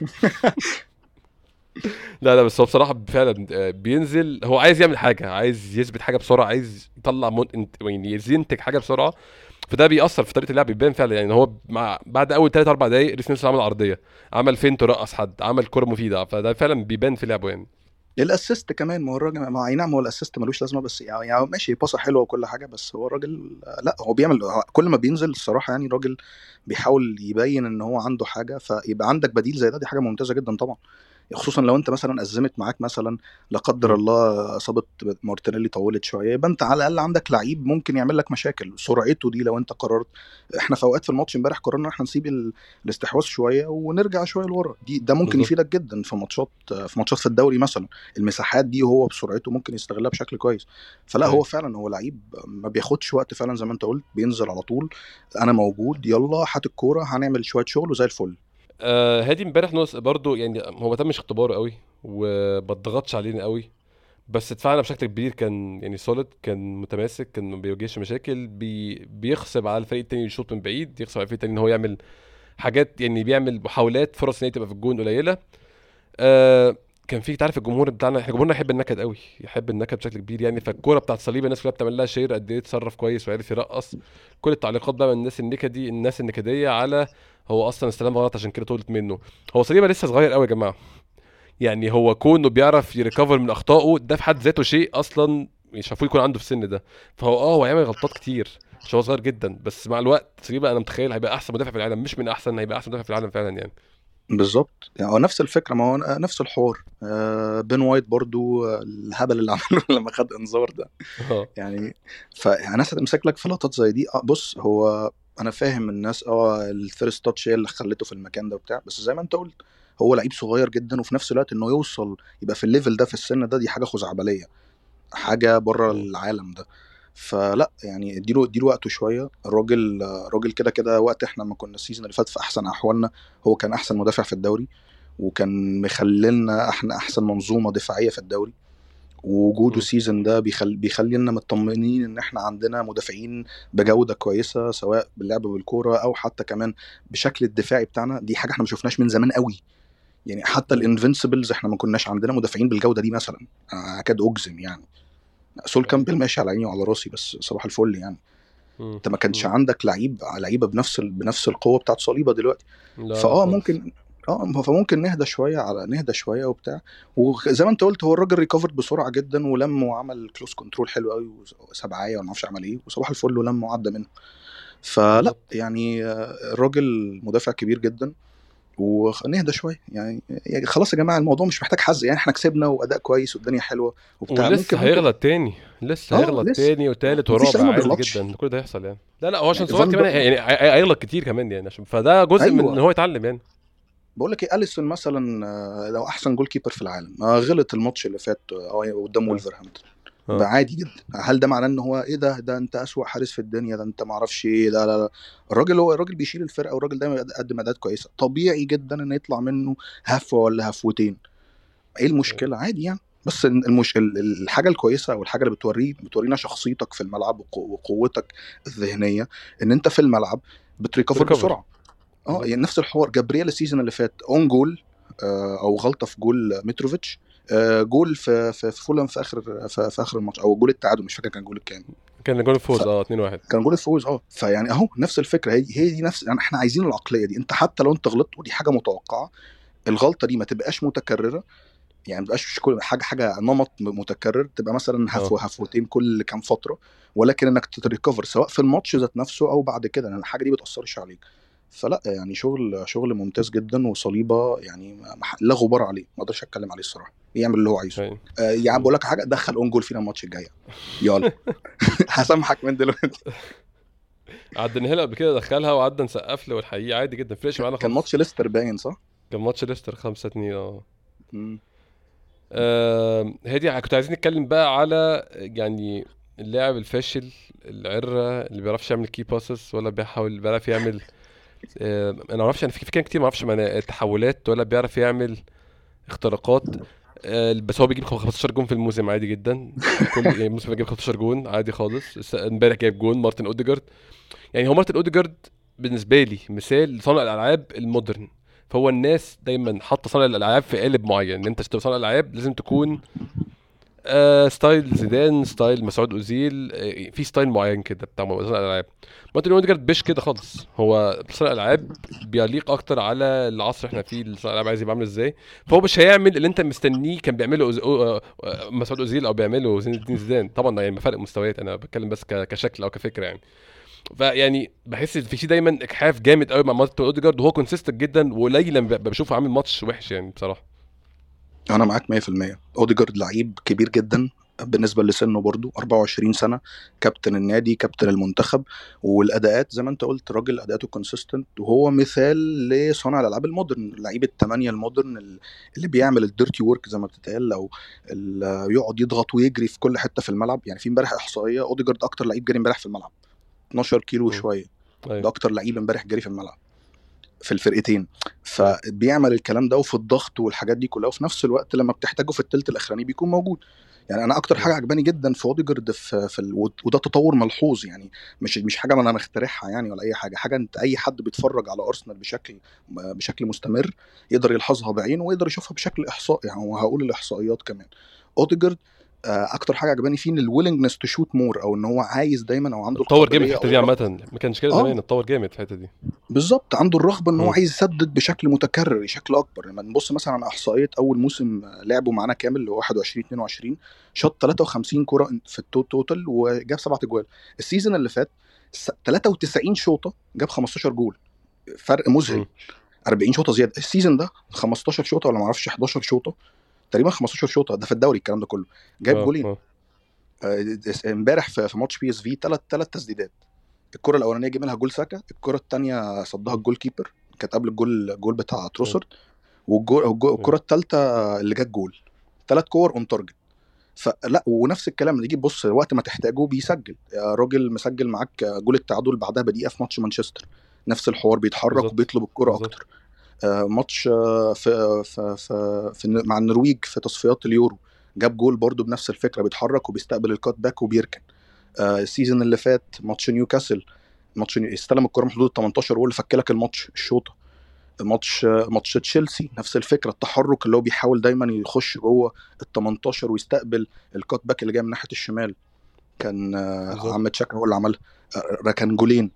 لا لا، بس هو بصراحه فعلا آه، بينزل هو عايز يعمل حاجه، عايز يثبت حاجه بسرعه، عايز يطلع من... انت- يعني ينتج حاجه بسرعه. فده بيأثر في طريقه اللعب، بيبان فعلا يعني. هو مع بعد اول ثلاث اربع دقائق ريس نيلسون عمل عرضيه، عمل فين ترقص حد، عمل كره مفيده، فده فعلا بيبان في لعبه يعني. الاسيست كمان، ما هو الراجل، ما اي نعم هو الاسيست ملوش لازمه، بس يعني, يعني ماشي باصه حلوه وكل حاجه، بس هو الراجل لا هو بيعمل هو كل ما بينزل الصراحه يعني الراجل بيحاول يبين ان هو عنده حاجه، فيبقى عندك بديل زي ده، دي حاجه ممتازه جدا طبعا. خصوصا لو انت مثلا ازمت معاك مثلا، لا قدر مم. الله اصابه مارتينيلي طولت شويه، يبقى انت على الاقل عندك لعيب ممكن يعمل لك مشاكل. سرعته دي لو انت قررت، احنا في اوقات في الماتش امبارح قررنا ان احنا نسيب ال... الاستحواذ شويه ونرجع شويه لورا، دي ده ممكن بالظبط. يفيدك جدا في ماتشات في ماتشات في الدوري مثلا. المساحات دي هو بسرعته ممكن يستغلها بشكل كويس. فلا أيوة. هو فعلا هو لعيب ما بياخدش وقت فعلا زي ما انت قلت، بينزل على طول، انا موجود يلا هات الكوره هنعمل شويه شغل وزي الفل. آه هادي امبارح ناقص برضو يعني، هو ما تمش اختباره قوي وما اتضغطش علينا قوي، بس دفاعنا بشكل كبير كان يعني سوليد، كان متماسك، كان ما بيواجهش مشاكل، بي بيغصب على الفريق التاني يشوط من بعيد، يغصب على الفريق التاني ان هو يعمل حاجات، يعني بيعمل محاولات فرص ان هي تبقى في الجون قليله. آه كان في تعرف الجمهور بتاعنا، احنا جمهورنا يحب النكد قوي، يحب النكد بشكل كبير يعني. فالكوره بتاعت صليبه الناس كلها بتعمل لها شير قد ايه اتصرف كويس وعرف يرقص. كل التعليقات بقى من الناس النكدي، الناس النكديه على هو اصلا استلام غلط عشان كده طولت منه. هو صليبه لسه صغير قوي يا جماعه، يعني هو كونه بيعرف يريكفر من اخطائه ده في حد ذاته شيء اصلا مش المفروض يكون عنده في السن ده. فهو اه هو هيعمل غلطات كتير عشان هو صغير جدا، بس مع الوقت صليبه انا متخيل هيبقى احسن مدافع في العالم، مش من احسن، هيبقى احسن مدافع في العالم فعلا يعني. بالظبط، يعني هو نفس الفكره، ما هو نفس الحوار. آه بين وايت برضو، آه، الهبل اللي عمله لما خد انذار ده اه. يعني. فالناس هتمسك لك في لقطات زي دي. آه بص هو انا فاهم الناس، اه الفيرست تاتش هي اللي خلته في المكان ده وبتاع، بس زي ما انت قلت هو لعيب صغير جدا، وفي نفس الوقت انه يوصل يبقى في الليفل ده في السن ده، دي حاجه خزعبليه، حاجه بره مم. العالم ده. فلا يعني اديله اديله وقته شويه. الراجل الراجل كده كده، وقت احنا ما كنا السيزون اللي فات في احسن احوالنا هو كان احسن مدافع في الدوري، وكان مخللنا احنا احسن منظومه دفاعيه في الدوري. ووجوده مم. السيزون ده بيخل... بيخلينا مطمئنين ان احنا عندنا مدافعين بجوده كويسه، سواء باللعب بالكوره او حتى كمان بشكل الدفاعي بتاعنا. دي حاجه احنا ما شفناش من زمان قوي يعني. حتى أيوة. الانفنسبلز احنا ما كناش عندنا مدافعين بالجوده دي مثلا. آه، اكاد اجزم يعني. سول أيوة. كامبل ماشي على عيني وعلى راسي، بس صباح الفل يعني. مم. انت ما كانش مم. عندك لعيب لعيبه بنفس ال... بنفس القوه بتاعت صليبه دلوقتي. لا لا فاه خالص. ممكن، اه فممكن نهدى شويه على نهدى شويه وبتاع. وزي ما انت قلت هو الراجل ريكفرد بسرعه جدا، ولم وعمل كلوز كنترول حلو قوي، وسبعايه ولا ما اعرفش عمل ايه، وصباح الفل ولم وعدى منه. فلا بالظبط. يعني آه، الراجل مدافع كبير جدا، ونهدى شويه يعني. يعني خلاص يا جماعه الموضوع مش محتاج حظ يعني، احنا كسبنا واداء كويس والدنيا حلوه وبتاع، ولسه ممكن ممكن هيغلط تاني، لسه اه هيغلط لسه. تاني آه، وتالت مفيش لعيب ورابع ما عادي بيغلطش جدا، كل ده هيحصل يعني. لا لا هو عشان يعني. صغير فان كمان دا... يعني هي- هي- هيغلط كتير كمان يعني، عشان فده جزء من ان ايوه هو يتعلم يعني. بقول لك ايه، اليسون مثلا آه، لو احسن جول كيبر في العالم آه، غلط الماتش اللي فات آه، قدام اه. وولفرهامبتون. اه. بقى عادي جدا. هل ده معناه ان هو ايه ده ده انت اسوأ حارس في الدنيا، ده انت ما اعرفش ايه، لا لا لا. الراجل هو الراجل بيشيل الفرقه، والراجل دايما بيقدم اداءات كويسه، طبيعي جدا ان يطلع منه هفوه ولا هفوتين. ايه أيوة. المشكله؟ عادي يعني. بس المش... ال- الحاجه الكويسه او الحاجه اللي بتوريه بتورينا شخصيتك في الملعب وقو- وقوتك الذهنيه، ان انت في الملعب بتريكفر بريكفر. بسرعه. اه بالظبط. يعني نفس الحوار جابرييل السيزون اللي فات اون جول، آه، او غلطه في جول متروفيتش، آه، جول في في في فولهام في اخر في, في اخر الماتش، او جول التعادل مش فاكر كان جول الكام. كان جول الفوز اه اتنين واحد. فكان جول الفوز اه. فيعني اهو نفس الفكره، هي هي دي نفس يعني احنا عايزين العقليه دي. انت حتى لو انت غلطت ودي حاجه متوقعه، الغلطه دي ما تبقاش متكرره يعني، ما تبقاش كل حاجه حاجه نمط متكرر، تبقى مثلا اه. هفوه هفوتين كل كام فتره، ولكن انك تريكفر سواء في الماتش ذات نفسه او بعد كده، لان الحاجه دي بتاثرش عليك. فلا يعني شغل شغل ممتاز جدا، وصليبه يعني ما- لا غبار عليه، ما اقدرش اتكلم عليه الصراحه، يعمل اللي هو عايزه. أيوة. آه يعني مم. بقول لك حاجه، دخل اون جول فينا الماتش الجاي يلا. هسامحك من دلوقتي. عديناها له قبل كده، دخلها وقعدنا نسقف له والحقيقه عادي جدا، فرقش معانا كان خالص. ماتش ليستر باين صح؟ كان ماتش ليستر خمسة اتنين اه. مم. آه، هادي كنت عايزين نتكلم بقى على يعني اللاعب الفاشل العرة اللي بيعرفش يعمل كي باسس ولا بيحاول بيعرف يعمل، آه، انا ما اعرفش، انا في في كان كتير ما اعرفش معنى تحولات، ولا بيعرف يعمل اختراقات. آه، بس هو بيجيب خمستاشر جون في الموسم عادي جدا. كل يعني الموسم بيجيب خمستاشر جون عادي خالص. الس- امبارح جايب جون مارتن اوديجارد. يعني هو مارتن اوديجارد بالنسبه لي مثال لصانع الالعاب المودرن. فهو الناس دايما حاطه صانع الالعاب في قالب معين، ان انت عشان تبقى صانع الالعاب لازم تكون آه ستايل زيدان، ستايل مسعود اوزيل، آه في ستايل معين كده بتاع صانع الالعاب. مارتن اوديجارد مش كده خالص. هو صانع الالعاب بيليق اكتر على العصر اللي احنا فيه، اللي صانع الالعاب عايز يبقى عامل ازاي. فهو مش هيعمل اللي انت مستنيه كان بيعمله أوز... آه، آه، مسعود اوزيل او بيعمله زين الدين زيدان. طبعا يعني فرق مستويات، انا بتكلم بس ك... كشكل او كفكره يعني. فيعني بحس في شيء دايما اجحاف جامد قوي مع مارتن اوديجارد، وهو كونسيستنت جدا، وقليل لما ب- بشوفه عامل ماتش وحش يعني بصراحه. انا معاك مية في المية. اوديجارد لعيب كبير جدا بالنسبه لسنه، برضو أربعة وعشرين سنه، كابتن النادي، كابتن المنتخب. والاداءات زي ما انت قلت، راجل اداءاته كونسيستنت، وهو مثال لصانع الالعاب المودرن، لعيب الثمانيه المودرن ال- اللي بيعمل الديرتي ورك زي ما بتتقال، او ال- يقعد يضغط ويجري في كل حته في الملعب. يعني في امبارح احصائيه، اوديجارد اكتر لعيب جري امبارح في الملعب، اتناشر كيلو مم. وشويه. ايوه. ده اكتر لعيب امبارح جري في الملعب في الفرقتين. ايوه. فبيعمل الكلام ده، وفي الضغط والحاجات دي كلها، وفي نفس الوقت لما بتحتاجه في الثلث الاخراني بيكون موجود. يعني انا اكتر مم. حاجه عجباني جدا في اوديجارد في, في ال... وده تطور ملحوظ يعني، مش مش حاجه انا مخترعها يعني، ولا اي حاجه، حاجه انت اي حد بيتفرج على ارسنال بشكل بشكل مستمر يقدر يلحظها بعينه، ويقدر يشوفها بشكل احصائي يعني، وهقول الاحصائيات كمان. اوديجارد آه، اكتر حاجه عجباني فيه ان الويلنجنس تو شوت مور، او ان هو عايز دايما، او عنده اتطور جامد في القابليه الحته او دي الرغبه. عامه، ما كانش كده اه زمان، اتطور جامد في الحته دي. بالظبط، عنده الرغبه ان هو مم. عايز يسدد بشكل متكرر، بشكل اكبر. لما نبص مثلا على احصائيه اول موسم لعبه معانا كامل، اللي هو واحد وعشرين اتنين وعشرين، شاط ثلاثة وخمسين كره في التوتال وجاب سبعة اجوال. السيزون اللي فات س- ثلاثة وتسعين شوطه جاب خمستاشر جول، فرق مذهل. مم. أربعين شوطه زياده السيزون ده، خمستاشر شوطه ولا ما اعرفش حداشر شوطه، تقريبا خمستاشر شوطه، ده في الدوري الكلام ده كله، جايب اه. جولين. اه. آه، امبارح في في ماتش بي اس في ثلاث ثلاث تسديدات. الكره الاولانيه جه منها جول ساكا، الكره الثانيه صدها الجول كيبر، كانت قبل الجول الجول بتاع ايوه. تروسر، والجول والجول- ايوه. الكره الثالثه اللي جت جول. ثلاث كور اون تارجت. فلا، ونفس الكلام اللي يجي تبص وقت ما تحتاجه بيسجل. يا راجل مسجل معاك جول التعادل بعدها بدقيقه في ماتش مانشستر، نفس الحوار، بيتحرك بالظبط. وبيطلب الكره بالظبط. اكتر. آه، ماتش آه، في في في, في الن- مع النرويج في تصفيات اليورو، جاب جول برضو بنفس الفكره، بيتحرك وبيستقبل الكات باك وبيركن. آه، السيزون اللي فات ماتش نيوكاسل، ماتش نيو- استلم الكره من حدود ال تمنتاشر، هو اللي فك لك الماتش الشوطه. ماتش ماتش تشيلسي نفس الفكره، التحرك اللي هو بيحاول دايما يخش جوه ال تمنتاشر ويستقبل الكات باك اللي جاي من ناحيه الشمال، كان آه، بالظبط. عم تشاكا هو اللي عملها. آه، كان جولين.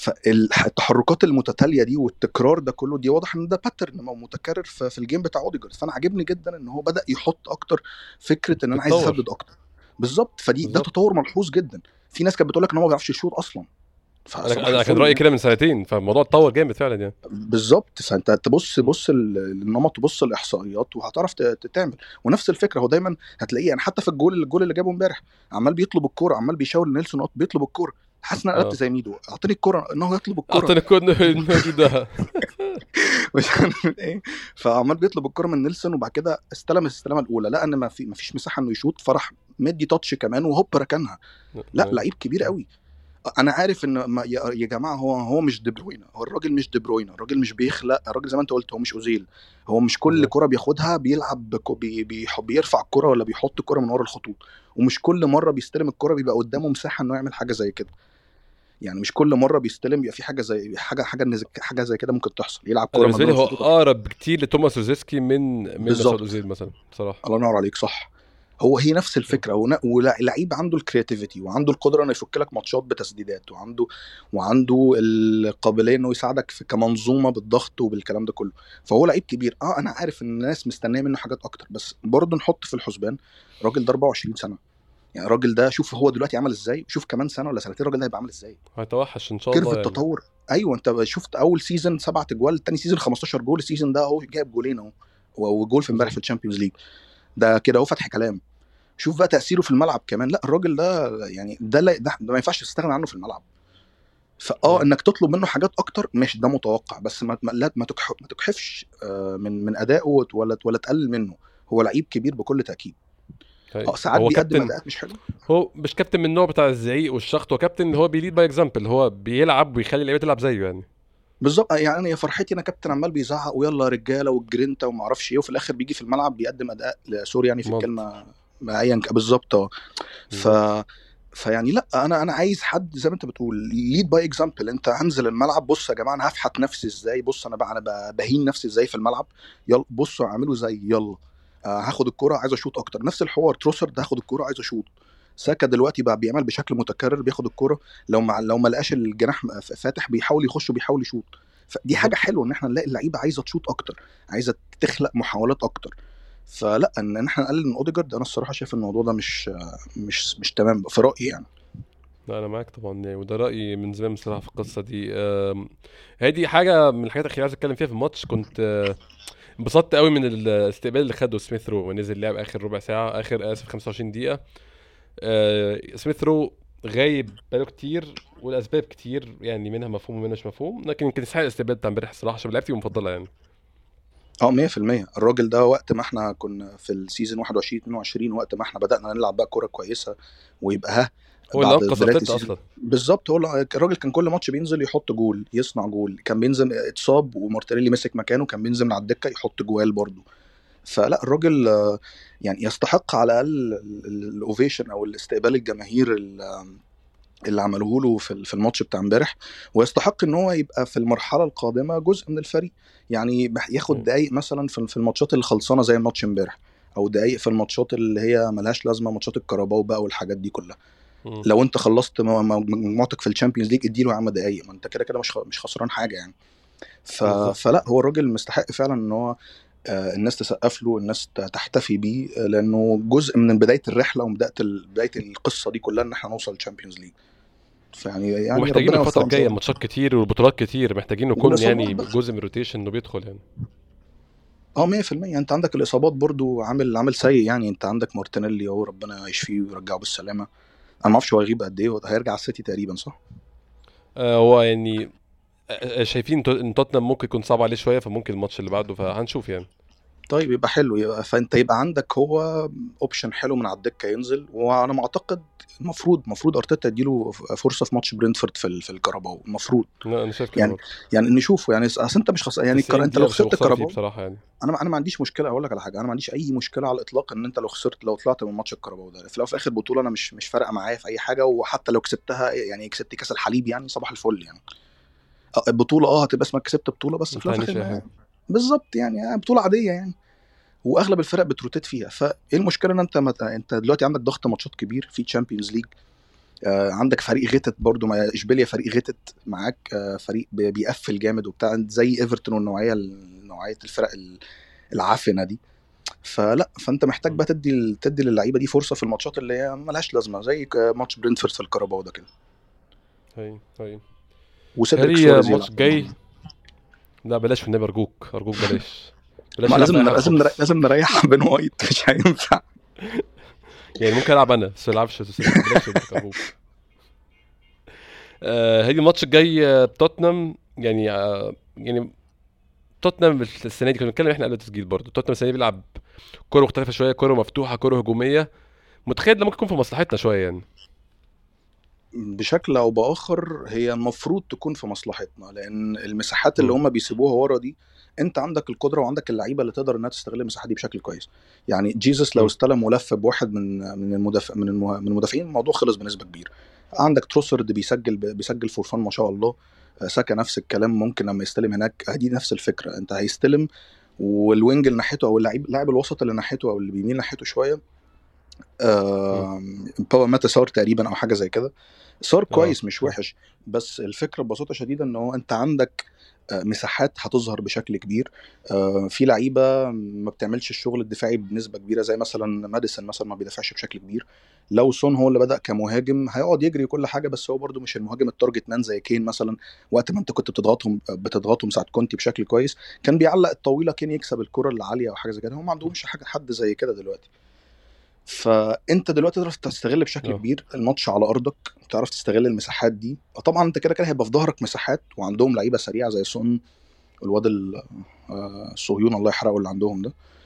فالتحركات المتتاليه دي والتكرار ده كله، دي واضح ان ده باترن متكرر في, في الجيم بتاع اوديجارد. فانا عاجبني جدا ان هو بدا يحط اكتر فكره ان انا عايز بتطور. اسدد اكتر. بالظبط، فدي ده بالظبط. تطور ملحوظ جدا. في ناس كانت بتقول لك ان هو ما بيعرفش يشوط اصلا، انا فصباح انا كان الفل رايي يعني. كده من سنتين، فالموضوع اتطور جامد فعلا يعني. بالظبط، فانت تبص م. بص ال- النمط، تبص الاحصائيات، وهتعرف ت- ت- تعمل. ونفس الفكره هو دايما هتلاقيه يعني، حتى في الجول الجول اللي جابه امبارح، عمال بيطلب الكوره، عمال بيشاور لنيلسون أوت بيطلب الكوره. حاسس ان انا قلبت اه. زي ميدو، اعطيني الكوره ان هو يطلب الكوره. اعطيني كود نجدها. مش عارف ايه. فعمال بيطلب الكوره من نيلسون، وبعد كده استلم الاستلامه الاولى، لقى ان ما في ما فيش مساحه انه يشوط، فراح مدي تاتش كمان وهوب ركنها. لا، لعيب كبير قوي. انا عارف ان ما يا يا جماعه، هو هو مش دي بروين، هو الراجل مش دي بروين، الراجل مش بيخلق، الراجل زي ما انت قلت هو مش اوزيل. هو مش كل بالظبط. كره بياخدها بيلعب بكو- بي بيحب بيرفع الكره ولا بيحط الكره من ورا الخطوط. ومش كل مره بيستلم الكره بيبقى قدامه مساحه انه يعمل حاجه زي كده. يعني مش كل مره بيستلم يبقى في حاجه زي حاجه حاجه نز- حاجه زي كده ممكن تحصل، يلعب انا كره ما بالنسبه بين لي هو الخطوط. اقرب بكتير لتوماس روزيسكي من من مسعود بالظبط، اوزيل مثلا بصراحه. الله ينور عليك، صح. هو هي نفس م. الفكره، ون- ولعيب عنده الكرياتيفيتي، وعنده القدره انه يفك لك ماتشات بتسديدات، وعنده وعنده القابليه انه يساعدك في كمنظومه بالضغط وبالكلام ده كله. فهو لعيب كبير. اه انا عارف ان الناس مستنيه منه حاجات اكتر، بس برضه نحط في الحسبان الراجل ده أربعة وعشرين سنه. يعني الراجل ده شوف هو دلوقتي عمل ازاي، وشوف كمان سنه ولا سنتين الراجل ده هيبقى عامل ازاي. هيتوحش ان شاء كيرف الله يعني. التطور. ايوه، انت شفت اول سيزون سبعة اجوال، تاني سيزون خمستاشر جول، السيزون ده اهو جايب جولين اهو، وجول في امبارح في بالظبط. الشامبيونز ليج. ده كده هو فتح كلام. شوف بقى تأثيره في الملعب كمان، لا الراجل ده يعني ده لا ده, ده ما ينفعش تستغنى عنه في الملعب. فاه ايوه. انك تطلب منه حاجات اكتر ماشي، ده متوقع، بس ما ما لا ما تكح ما تكحفش آه، من من ادائه، ولا ولا تقلل منه. هو لعيب كبير بكل تأكيد. هي. اه ساعات هو بيقدم كابتن، اداءات مش حلوه. هو مش كابتن من النوع بتاع الزعيق والشخط، هو كابتن اللي هو بيليد باي اكزامبل، هو بيلعب ويخلي اللعيبه تلعب زيه يعني. بالظبط، يعني انا يا فرحتي انا كابتن عمال بيزعق ويلا يا رجاله والجرينتا وما اعرفش ايه، وفي الاخر بيجي في الملعب بيقدم اداء لا، سوري يعني في مالت. الكلمه، ما ايا كان بالظبط اه. ف بالظبط. فيعني لا، انا انا عايز حد زي ما انت بتقول ليد باي اكزامبل. انت هنزل الملعب، بص يا جماعه انا هفحت نفسي ازاي، بص انا بقى انا ب- بهين نفسي ازاي في الملعب، يلا بصوا اعملوا زي يلا. آه هاخد الكرة عايز اشوط اكتر، نفس الحوار تروسر ده، هاخد الكرة عايز اشوط. ساكا دلوقتي بقى بيعمل بشكل متكرر، بياخد الكرة لو ما لو ما لقاش الجناح م- فاتح بيحاول يخش وبيحاول يشوط. فدي حاجة بالظبط. حلوة ان احنا نلاقي اللعيبة عايزة تشوط اكتر، عايزة تخلق محاولات اكتر. فلا ان إن احنا نقلل من اوديجارد، انا الصراحة شايف الموضوع ده مش مش مش تمام في رأيي يعني. لا انا معاك طبعا يعني، وده رايي من زمان بصراحه في القصه دي. أم، هي دي حاجه من الحاجات الاخيره عايز اتكلم فيها في الماتش. كنت آه، انبسطت قوي من الاستقبال اللي خده سميث رو ونزل لعب اخر ربع ساعه، اخر اسف خمسة وعشرين دقيقه. آه، سميث رو غايب بقاله كتير والاسباب كتير يعني، منها مفهوم ومنها مش مفهوم، لكن يمكن يستحق الاستقبال بتاع امبارح الصراحه عشان لعبتي المفضله يعني. اه مية في المية. الراجل ده وقت ما احنا كنا في السيزون واحد وعشرين اتنين وعشرين، وقت ما احنا بدأنا نلعب بقى كرة كويسة ويبقى ها هو اللي بعد انقذ بداية ارتيتا السيزون. اصلا. بالظبط، هو اللي- الراجل كان كل ماتش بينزل يحط جول، يصنع جول، كان بينزل اتصاب ومارتينيلي مسك مكانه كان بينزل من على الدكة يحط جوال برضه. فلا الراجل آه، يعني يستحق على الأقل ال- ال- الاوفيشن او الاستقبال الجماهير اللي عملوه له في في الماتش بتاع امبارح، ويستحق ان هو يبقى في المرحله القادمه جزء من الفريق. يعني بح- ياخد مم. دقايق مثلا في في الماتشات اللي خلصانه زي الماتش امبارح، او دقايق في الماتشات اللي هي ملهاش لازمه، ماتشات الكاراباو بقى والحاجات دي كلها. مم. لو انت خلصت م- م- مجموعتك في الشامبيونز ليج اديله يا عم دقايق، ما انت كده كده مش خ- مش خسران حاجه يعني. ف... بالظبط. فلا هو الراجل مستحق فعلا ان هو آه، الناس تسقف له، الناس ت- تحتفي بيه، آه، لانه جزء من بدايه الرحله وبدايه ال- بدايه القصه دي كلها ان احنا نوصل الشامبيونز ليج. فيعني يعني ومحتاجين ربنا الفتره يوفقه ان شاء الجايه الله. ماتشات كتير والبطولات كتير، محتاجين يكون والاصابات يعني بقى جزء من الروتيشن انه بيدخل يعني. اه مية في المية. انت عندك الاصابات برضو عامل عامل سيء يعني. انت عندك مارتينيلي اهو ربنا يشفيه ويرجعه بالسلامه. انا ما اعرفش هو هيغيب قد ايه، هو هيرجع السيتي تقريبا صح؟ آه هو يعني آه، آه، شايفين تو- ان توتنهام ممكن يكون صعب عليه شويه، فممكن الماتش اللي بعده فهنشوف يعني. طيب يبقى حلو، يبقى فانت يبقى عندك هو اوبشن حلو من على الدكه ينزل. وانا معتقد المفروض المفروض ارتيتا يديله فرصه في ماتش برينتفورد في ال- في الكاراباو المفروض. لا انا شايف كده يعني برضه. يعني نشوفه يعني، اصل انت مش خسر يعني الكرا... تسعين انت لو دقيقه مش خسرت هنخسر فيه الكاراباو، بصراحه يعني. انا انا ما عنديش مشكله. اقول لك على حاجه، انا ما عنديش اي مشكله على الاطلاق ان انت لو خسرت، لو طلعت من ماتش الكاراباو ده في الاول وفي اخر بطوله، انا مش مش فارقه معايا في اي حاجه. وحتى لو كسبتها يعني كسبت كاس الحليب يعني صباح الفل يعني. آه، البطوله اه هتبقى اسمك كسبت بطوله، بس ما في الاول وفي تعنيش الاخر اي حاجه. ما- بالظبط يعني، آه، بطوله عاديه يعني. واغلب الفرق بتروتيت فيها. فايه المشكله ان انت مت... انت دلوقتي عندك ضغط ماتشات كبير في تشامبيونز ليج. آه عندك فريق غتت برضو، ما اشبيليا فريق غتت معاك، آه فريق بي- بيقفل جامد وبتاع زي ايفرتون والنوعيه نوعيه الفرق العافنه دي. فلا فانت محتاج م. بقى تدي تدي للعيبه دي فرصه في الماتشات اللي هي ملهاش لازمه، زي ك- ماتش برينتفورد في الكاراباو ده كده. هي هي. وسيدريك هاري آه، سواريز يلعب الماتش الجاي. كمان. لا بلاش والنبي، ارجوك ارجوك بلاش. بلاش ما يلعب لازم في اي حاجه لازم نر- خالص. لازم نريح بين وايت مش هينفع. يعني ممكن العب انا بس ما العبش سيدريك، بلاش سيدريك ارجوك. آه هيجي الماتش الجاي آه، توتنهام يعني آه يعني توتنهام السنه دي كنا بنتكلم احنا قبل التسجيل برضه، توتنهام السنه دي بيلعب كوره مختلفه شويه، كوره مفتوحه، كوره هجوميه. متخيل ده ممكن يكون في مصلحتنا شويه يعني. بشكل او باخر هي المفروض تكون في مصلحتنا، لان المساحات اللي مم. هم بيسيبوها ورا دي، انت عندك القدره وعندك اللعيبه اللي تقدر انها تستغل المساحه دي بشكل كويس. يعني جيسس لو مم. استلم ولف بواحد من من المدافع من المه- من المدافعين، الموضوع خلص بنسبه كبيره. عندك تروسرد بيسجل بيسجل فورفان ما شاء الله. آه، ساكا نفس الكلام، ممكن لما يستلم هناك دي نفس الفكره، انت هيستلم والوينج اللي ناحيته او اللعيب لاعب الوسط اللي ناحيته او اللي بيميل ناحيته شويه، مم. آه باور ماتا صار تقريبا او حاجه زي كده. صار اه كويس مش اه. وحش. بس الفكره ببساطه شديده ان هو انت عندك آه، مساحات هتظهر بشكل كبير. آه، في لعيبه ما بتعملش الشغل الدفاعي بنسبه كبيره، زي مثلا ماديسون مثلا ما بيدافعش بشكل كبير. لو سون هو اللي بدأ كمهاجم هيقعد يجري كل حاجه، بس هو برده مش المهاجم التارجت مان زي كين مثلا. وقت ما انت كنت بتضغطهم بتضغطهم ساعه كونتي بشكل كويس، كان بيعلق الطويله كين يكسب الكره اللي عاليه او حاجه زي كده. هم ما عندهمش حاجه حد زي كده دلوقتي. فانت دلوقتي تقدر تستغل بشكل اه كبير الماتش على ارضك، تعرف تستغل المساحات دي. طبعا انت كده كده هيبقى في ظهرك مساحات، وعندهم لعيبه سريعه زي سون، الواد ال- آه، الصهيون الله يحرقه اللي عندهم ده.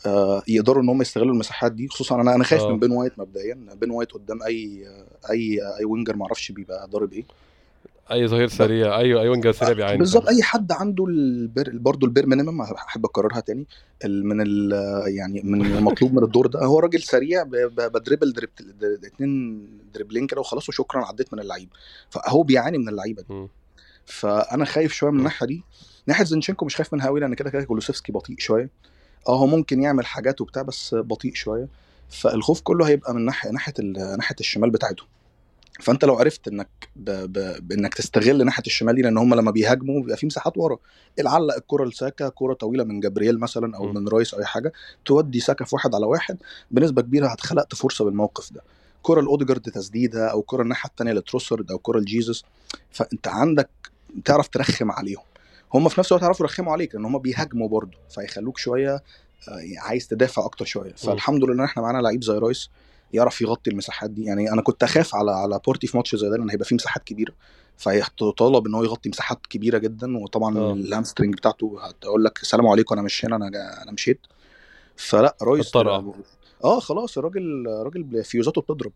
آه يقدروا ان هم يستغلوا المساحات دي. خصوصا انا انا خايف اه من بين وايت مبدئيا. بين وايت قدام اي اي اي وينجر ما اعرفش بيبقى ضارب ايه. اي ظهير ب- سريع، ايوه اي وينجر سريع بيعاني بالظبط، فعلا. اي حد عنده البر برضه البير مينيمم، احب اكررها تاني، ال- من ال يعني من المطلوب من الدور ده هو راجل سريع، ب- ب- بدريبل دريب اتنين دريبلين كده وخلاص وشكرا عديت من اللعيب. فهو بيعاني من اللعيبه دي. مم. فانا خايف شويه من مم. الناحيه دي. ناحيه زينشينكو مش خايف منها قوي، لان كده كده كولوسيفسكي بطيء شويه. اه هو ممكن يعمل حاجات وبتاع بس بطيء شويه. فالخوف كله هيبقى من ناحيه ناحيه ال- ناحيه الشمال بتاعته. فانت لو عرفت انك ب... ب... بانك تستغل ناحيه الشمال دي، لان هم لما بيهاجموا بيبقى في مساحات ورا، العلق الكره لساكا، كره طويله من جابرييل مثلا او مم. من رايس او اي حاجه، تودي ساكا في واحد على واحد، بنسبه كبيره هتخلقت فرصه بالموقف ده. كره لاوديجارد تسديده، او كره الناحيه الثانيه لتروسرد، او كره لجيزس. فانت عندك تعرف ترخم عليهم. هم في نفس الوقت يعرفوا يرخموا عليك لان هم بيهاجموا برضه، فيخلوك شويه آه، عايز تدافع اكتر شويه. مم. فالحمد لله احنا معانا لعيب زي رايس يعرف يغطي المساحات دي. يعني انا كنت اخاف على على بورتي في ماتش زي ده، لان هيبقى فيه مساحات كبيره، فيتطلب ان هو يغطي مساحات كبيره جدا. وطبعا اه الهامسترنج بتاعته هتقول لك السلام عليكم انا مش هنا، انا جا- انا مشيت. فلا رايس الطرقه. دل... اه خلاص الراجل راجل فيوزاته بتضرب.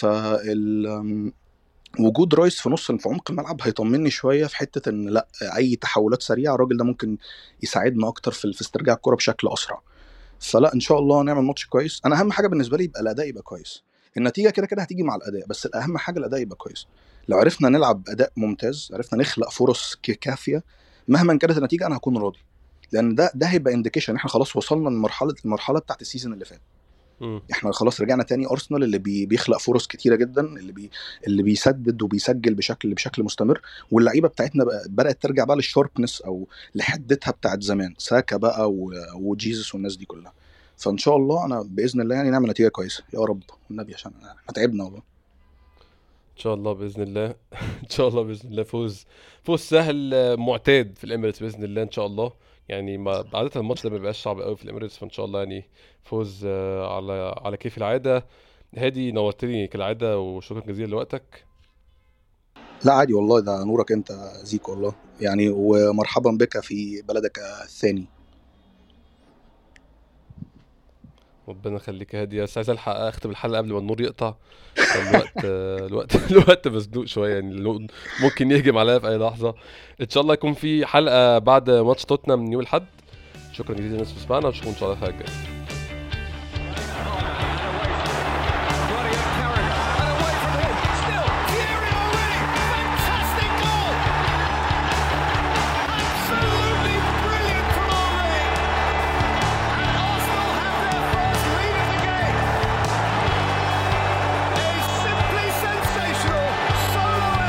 فال وجود رايس في نص في عمق الملعب هيطمني شويه في حته ان لا، اي تحولات سريعه الراجل ده ممكن يساعدنا اكتر في في استرجاع الكره بشكل اسرع. فلا ان شاء الله نعمل ماتش كويس. انا اهم حاجه بالنسبه لي يبقى الاداء يبقى كويس. النتيجه كده كده هتيجي مع الاداء، بس الاهم حاجه الاداء يبقى كويس. لو عرفنا نلعب اداء ممتاز، عرفنا نخلق فرص ك- كافيه، مهما كانت النتيجه انا هكون راضي. لان ده ده هيبقى انديكيشن احنا خلاص وصلنا لمرحله المرحله بتاعت السيزون اللي فات. مم. احنا خلاص رجعنا تاني ارسنال اللي بي بيخلق فرص كتيره جدا، اللي بي اللي بيسدد وبيسجل بشكل بشكل مستمر. واللعيبه بتاعتنا بقى بدات ترجع بقى للشاربنس او لحدتها بتاعت زمان، ساكا بقى و- وجيزس والناس دي كلها. فان شاء الله انا باذن الله يعني نعمل نتيجه كويسه يا رب والنبي، عشان احنا تعبنا والله. ان شاء الله باذن الله. ان شاء الله باذن الله فوز، فوز سهل آه، معتاد في الاميريتس باذن الله ان شاء الله. يعني ما عاده الماتش ده ما بيبقاش صعب قوي في الاميريتس، فان شاء الله يعني فوز آه، على على كيف العاده. هادي نورتني كالعاده وشكرا جزيلا لوقتك. لا عادي والله، ده نورك انت زيك والله يعني، ومرحبا بك في بلدك الثاني. ربنا يخليك يا هادي، بس عايز الحق اختم الحلقه قبل ما النور يقطع، عشان الوقت آه، الوقت الوقت مزنوق شويه، يعني النور ممكن يهجم عليا في اي لحظه. ان شاء الله يكون في حلقه بعد ماتش توتنهام يوم الاحد. شكرا جزيلا للناس اللي سمعنا، ونشوفكم ان شاء الله الحلقه الجايه.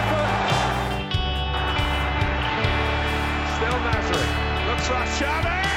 Still Nazareth looks for a shot.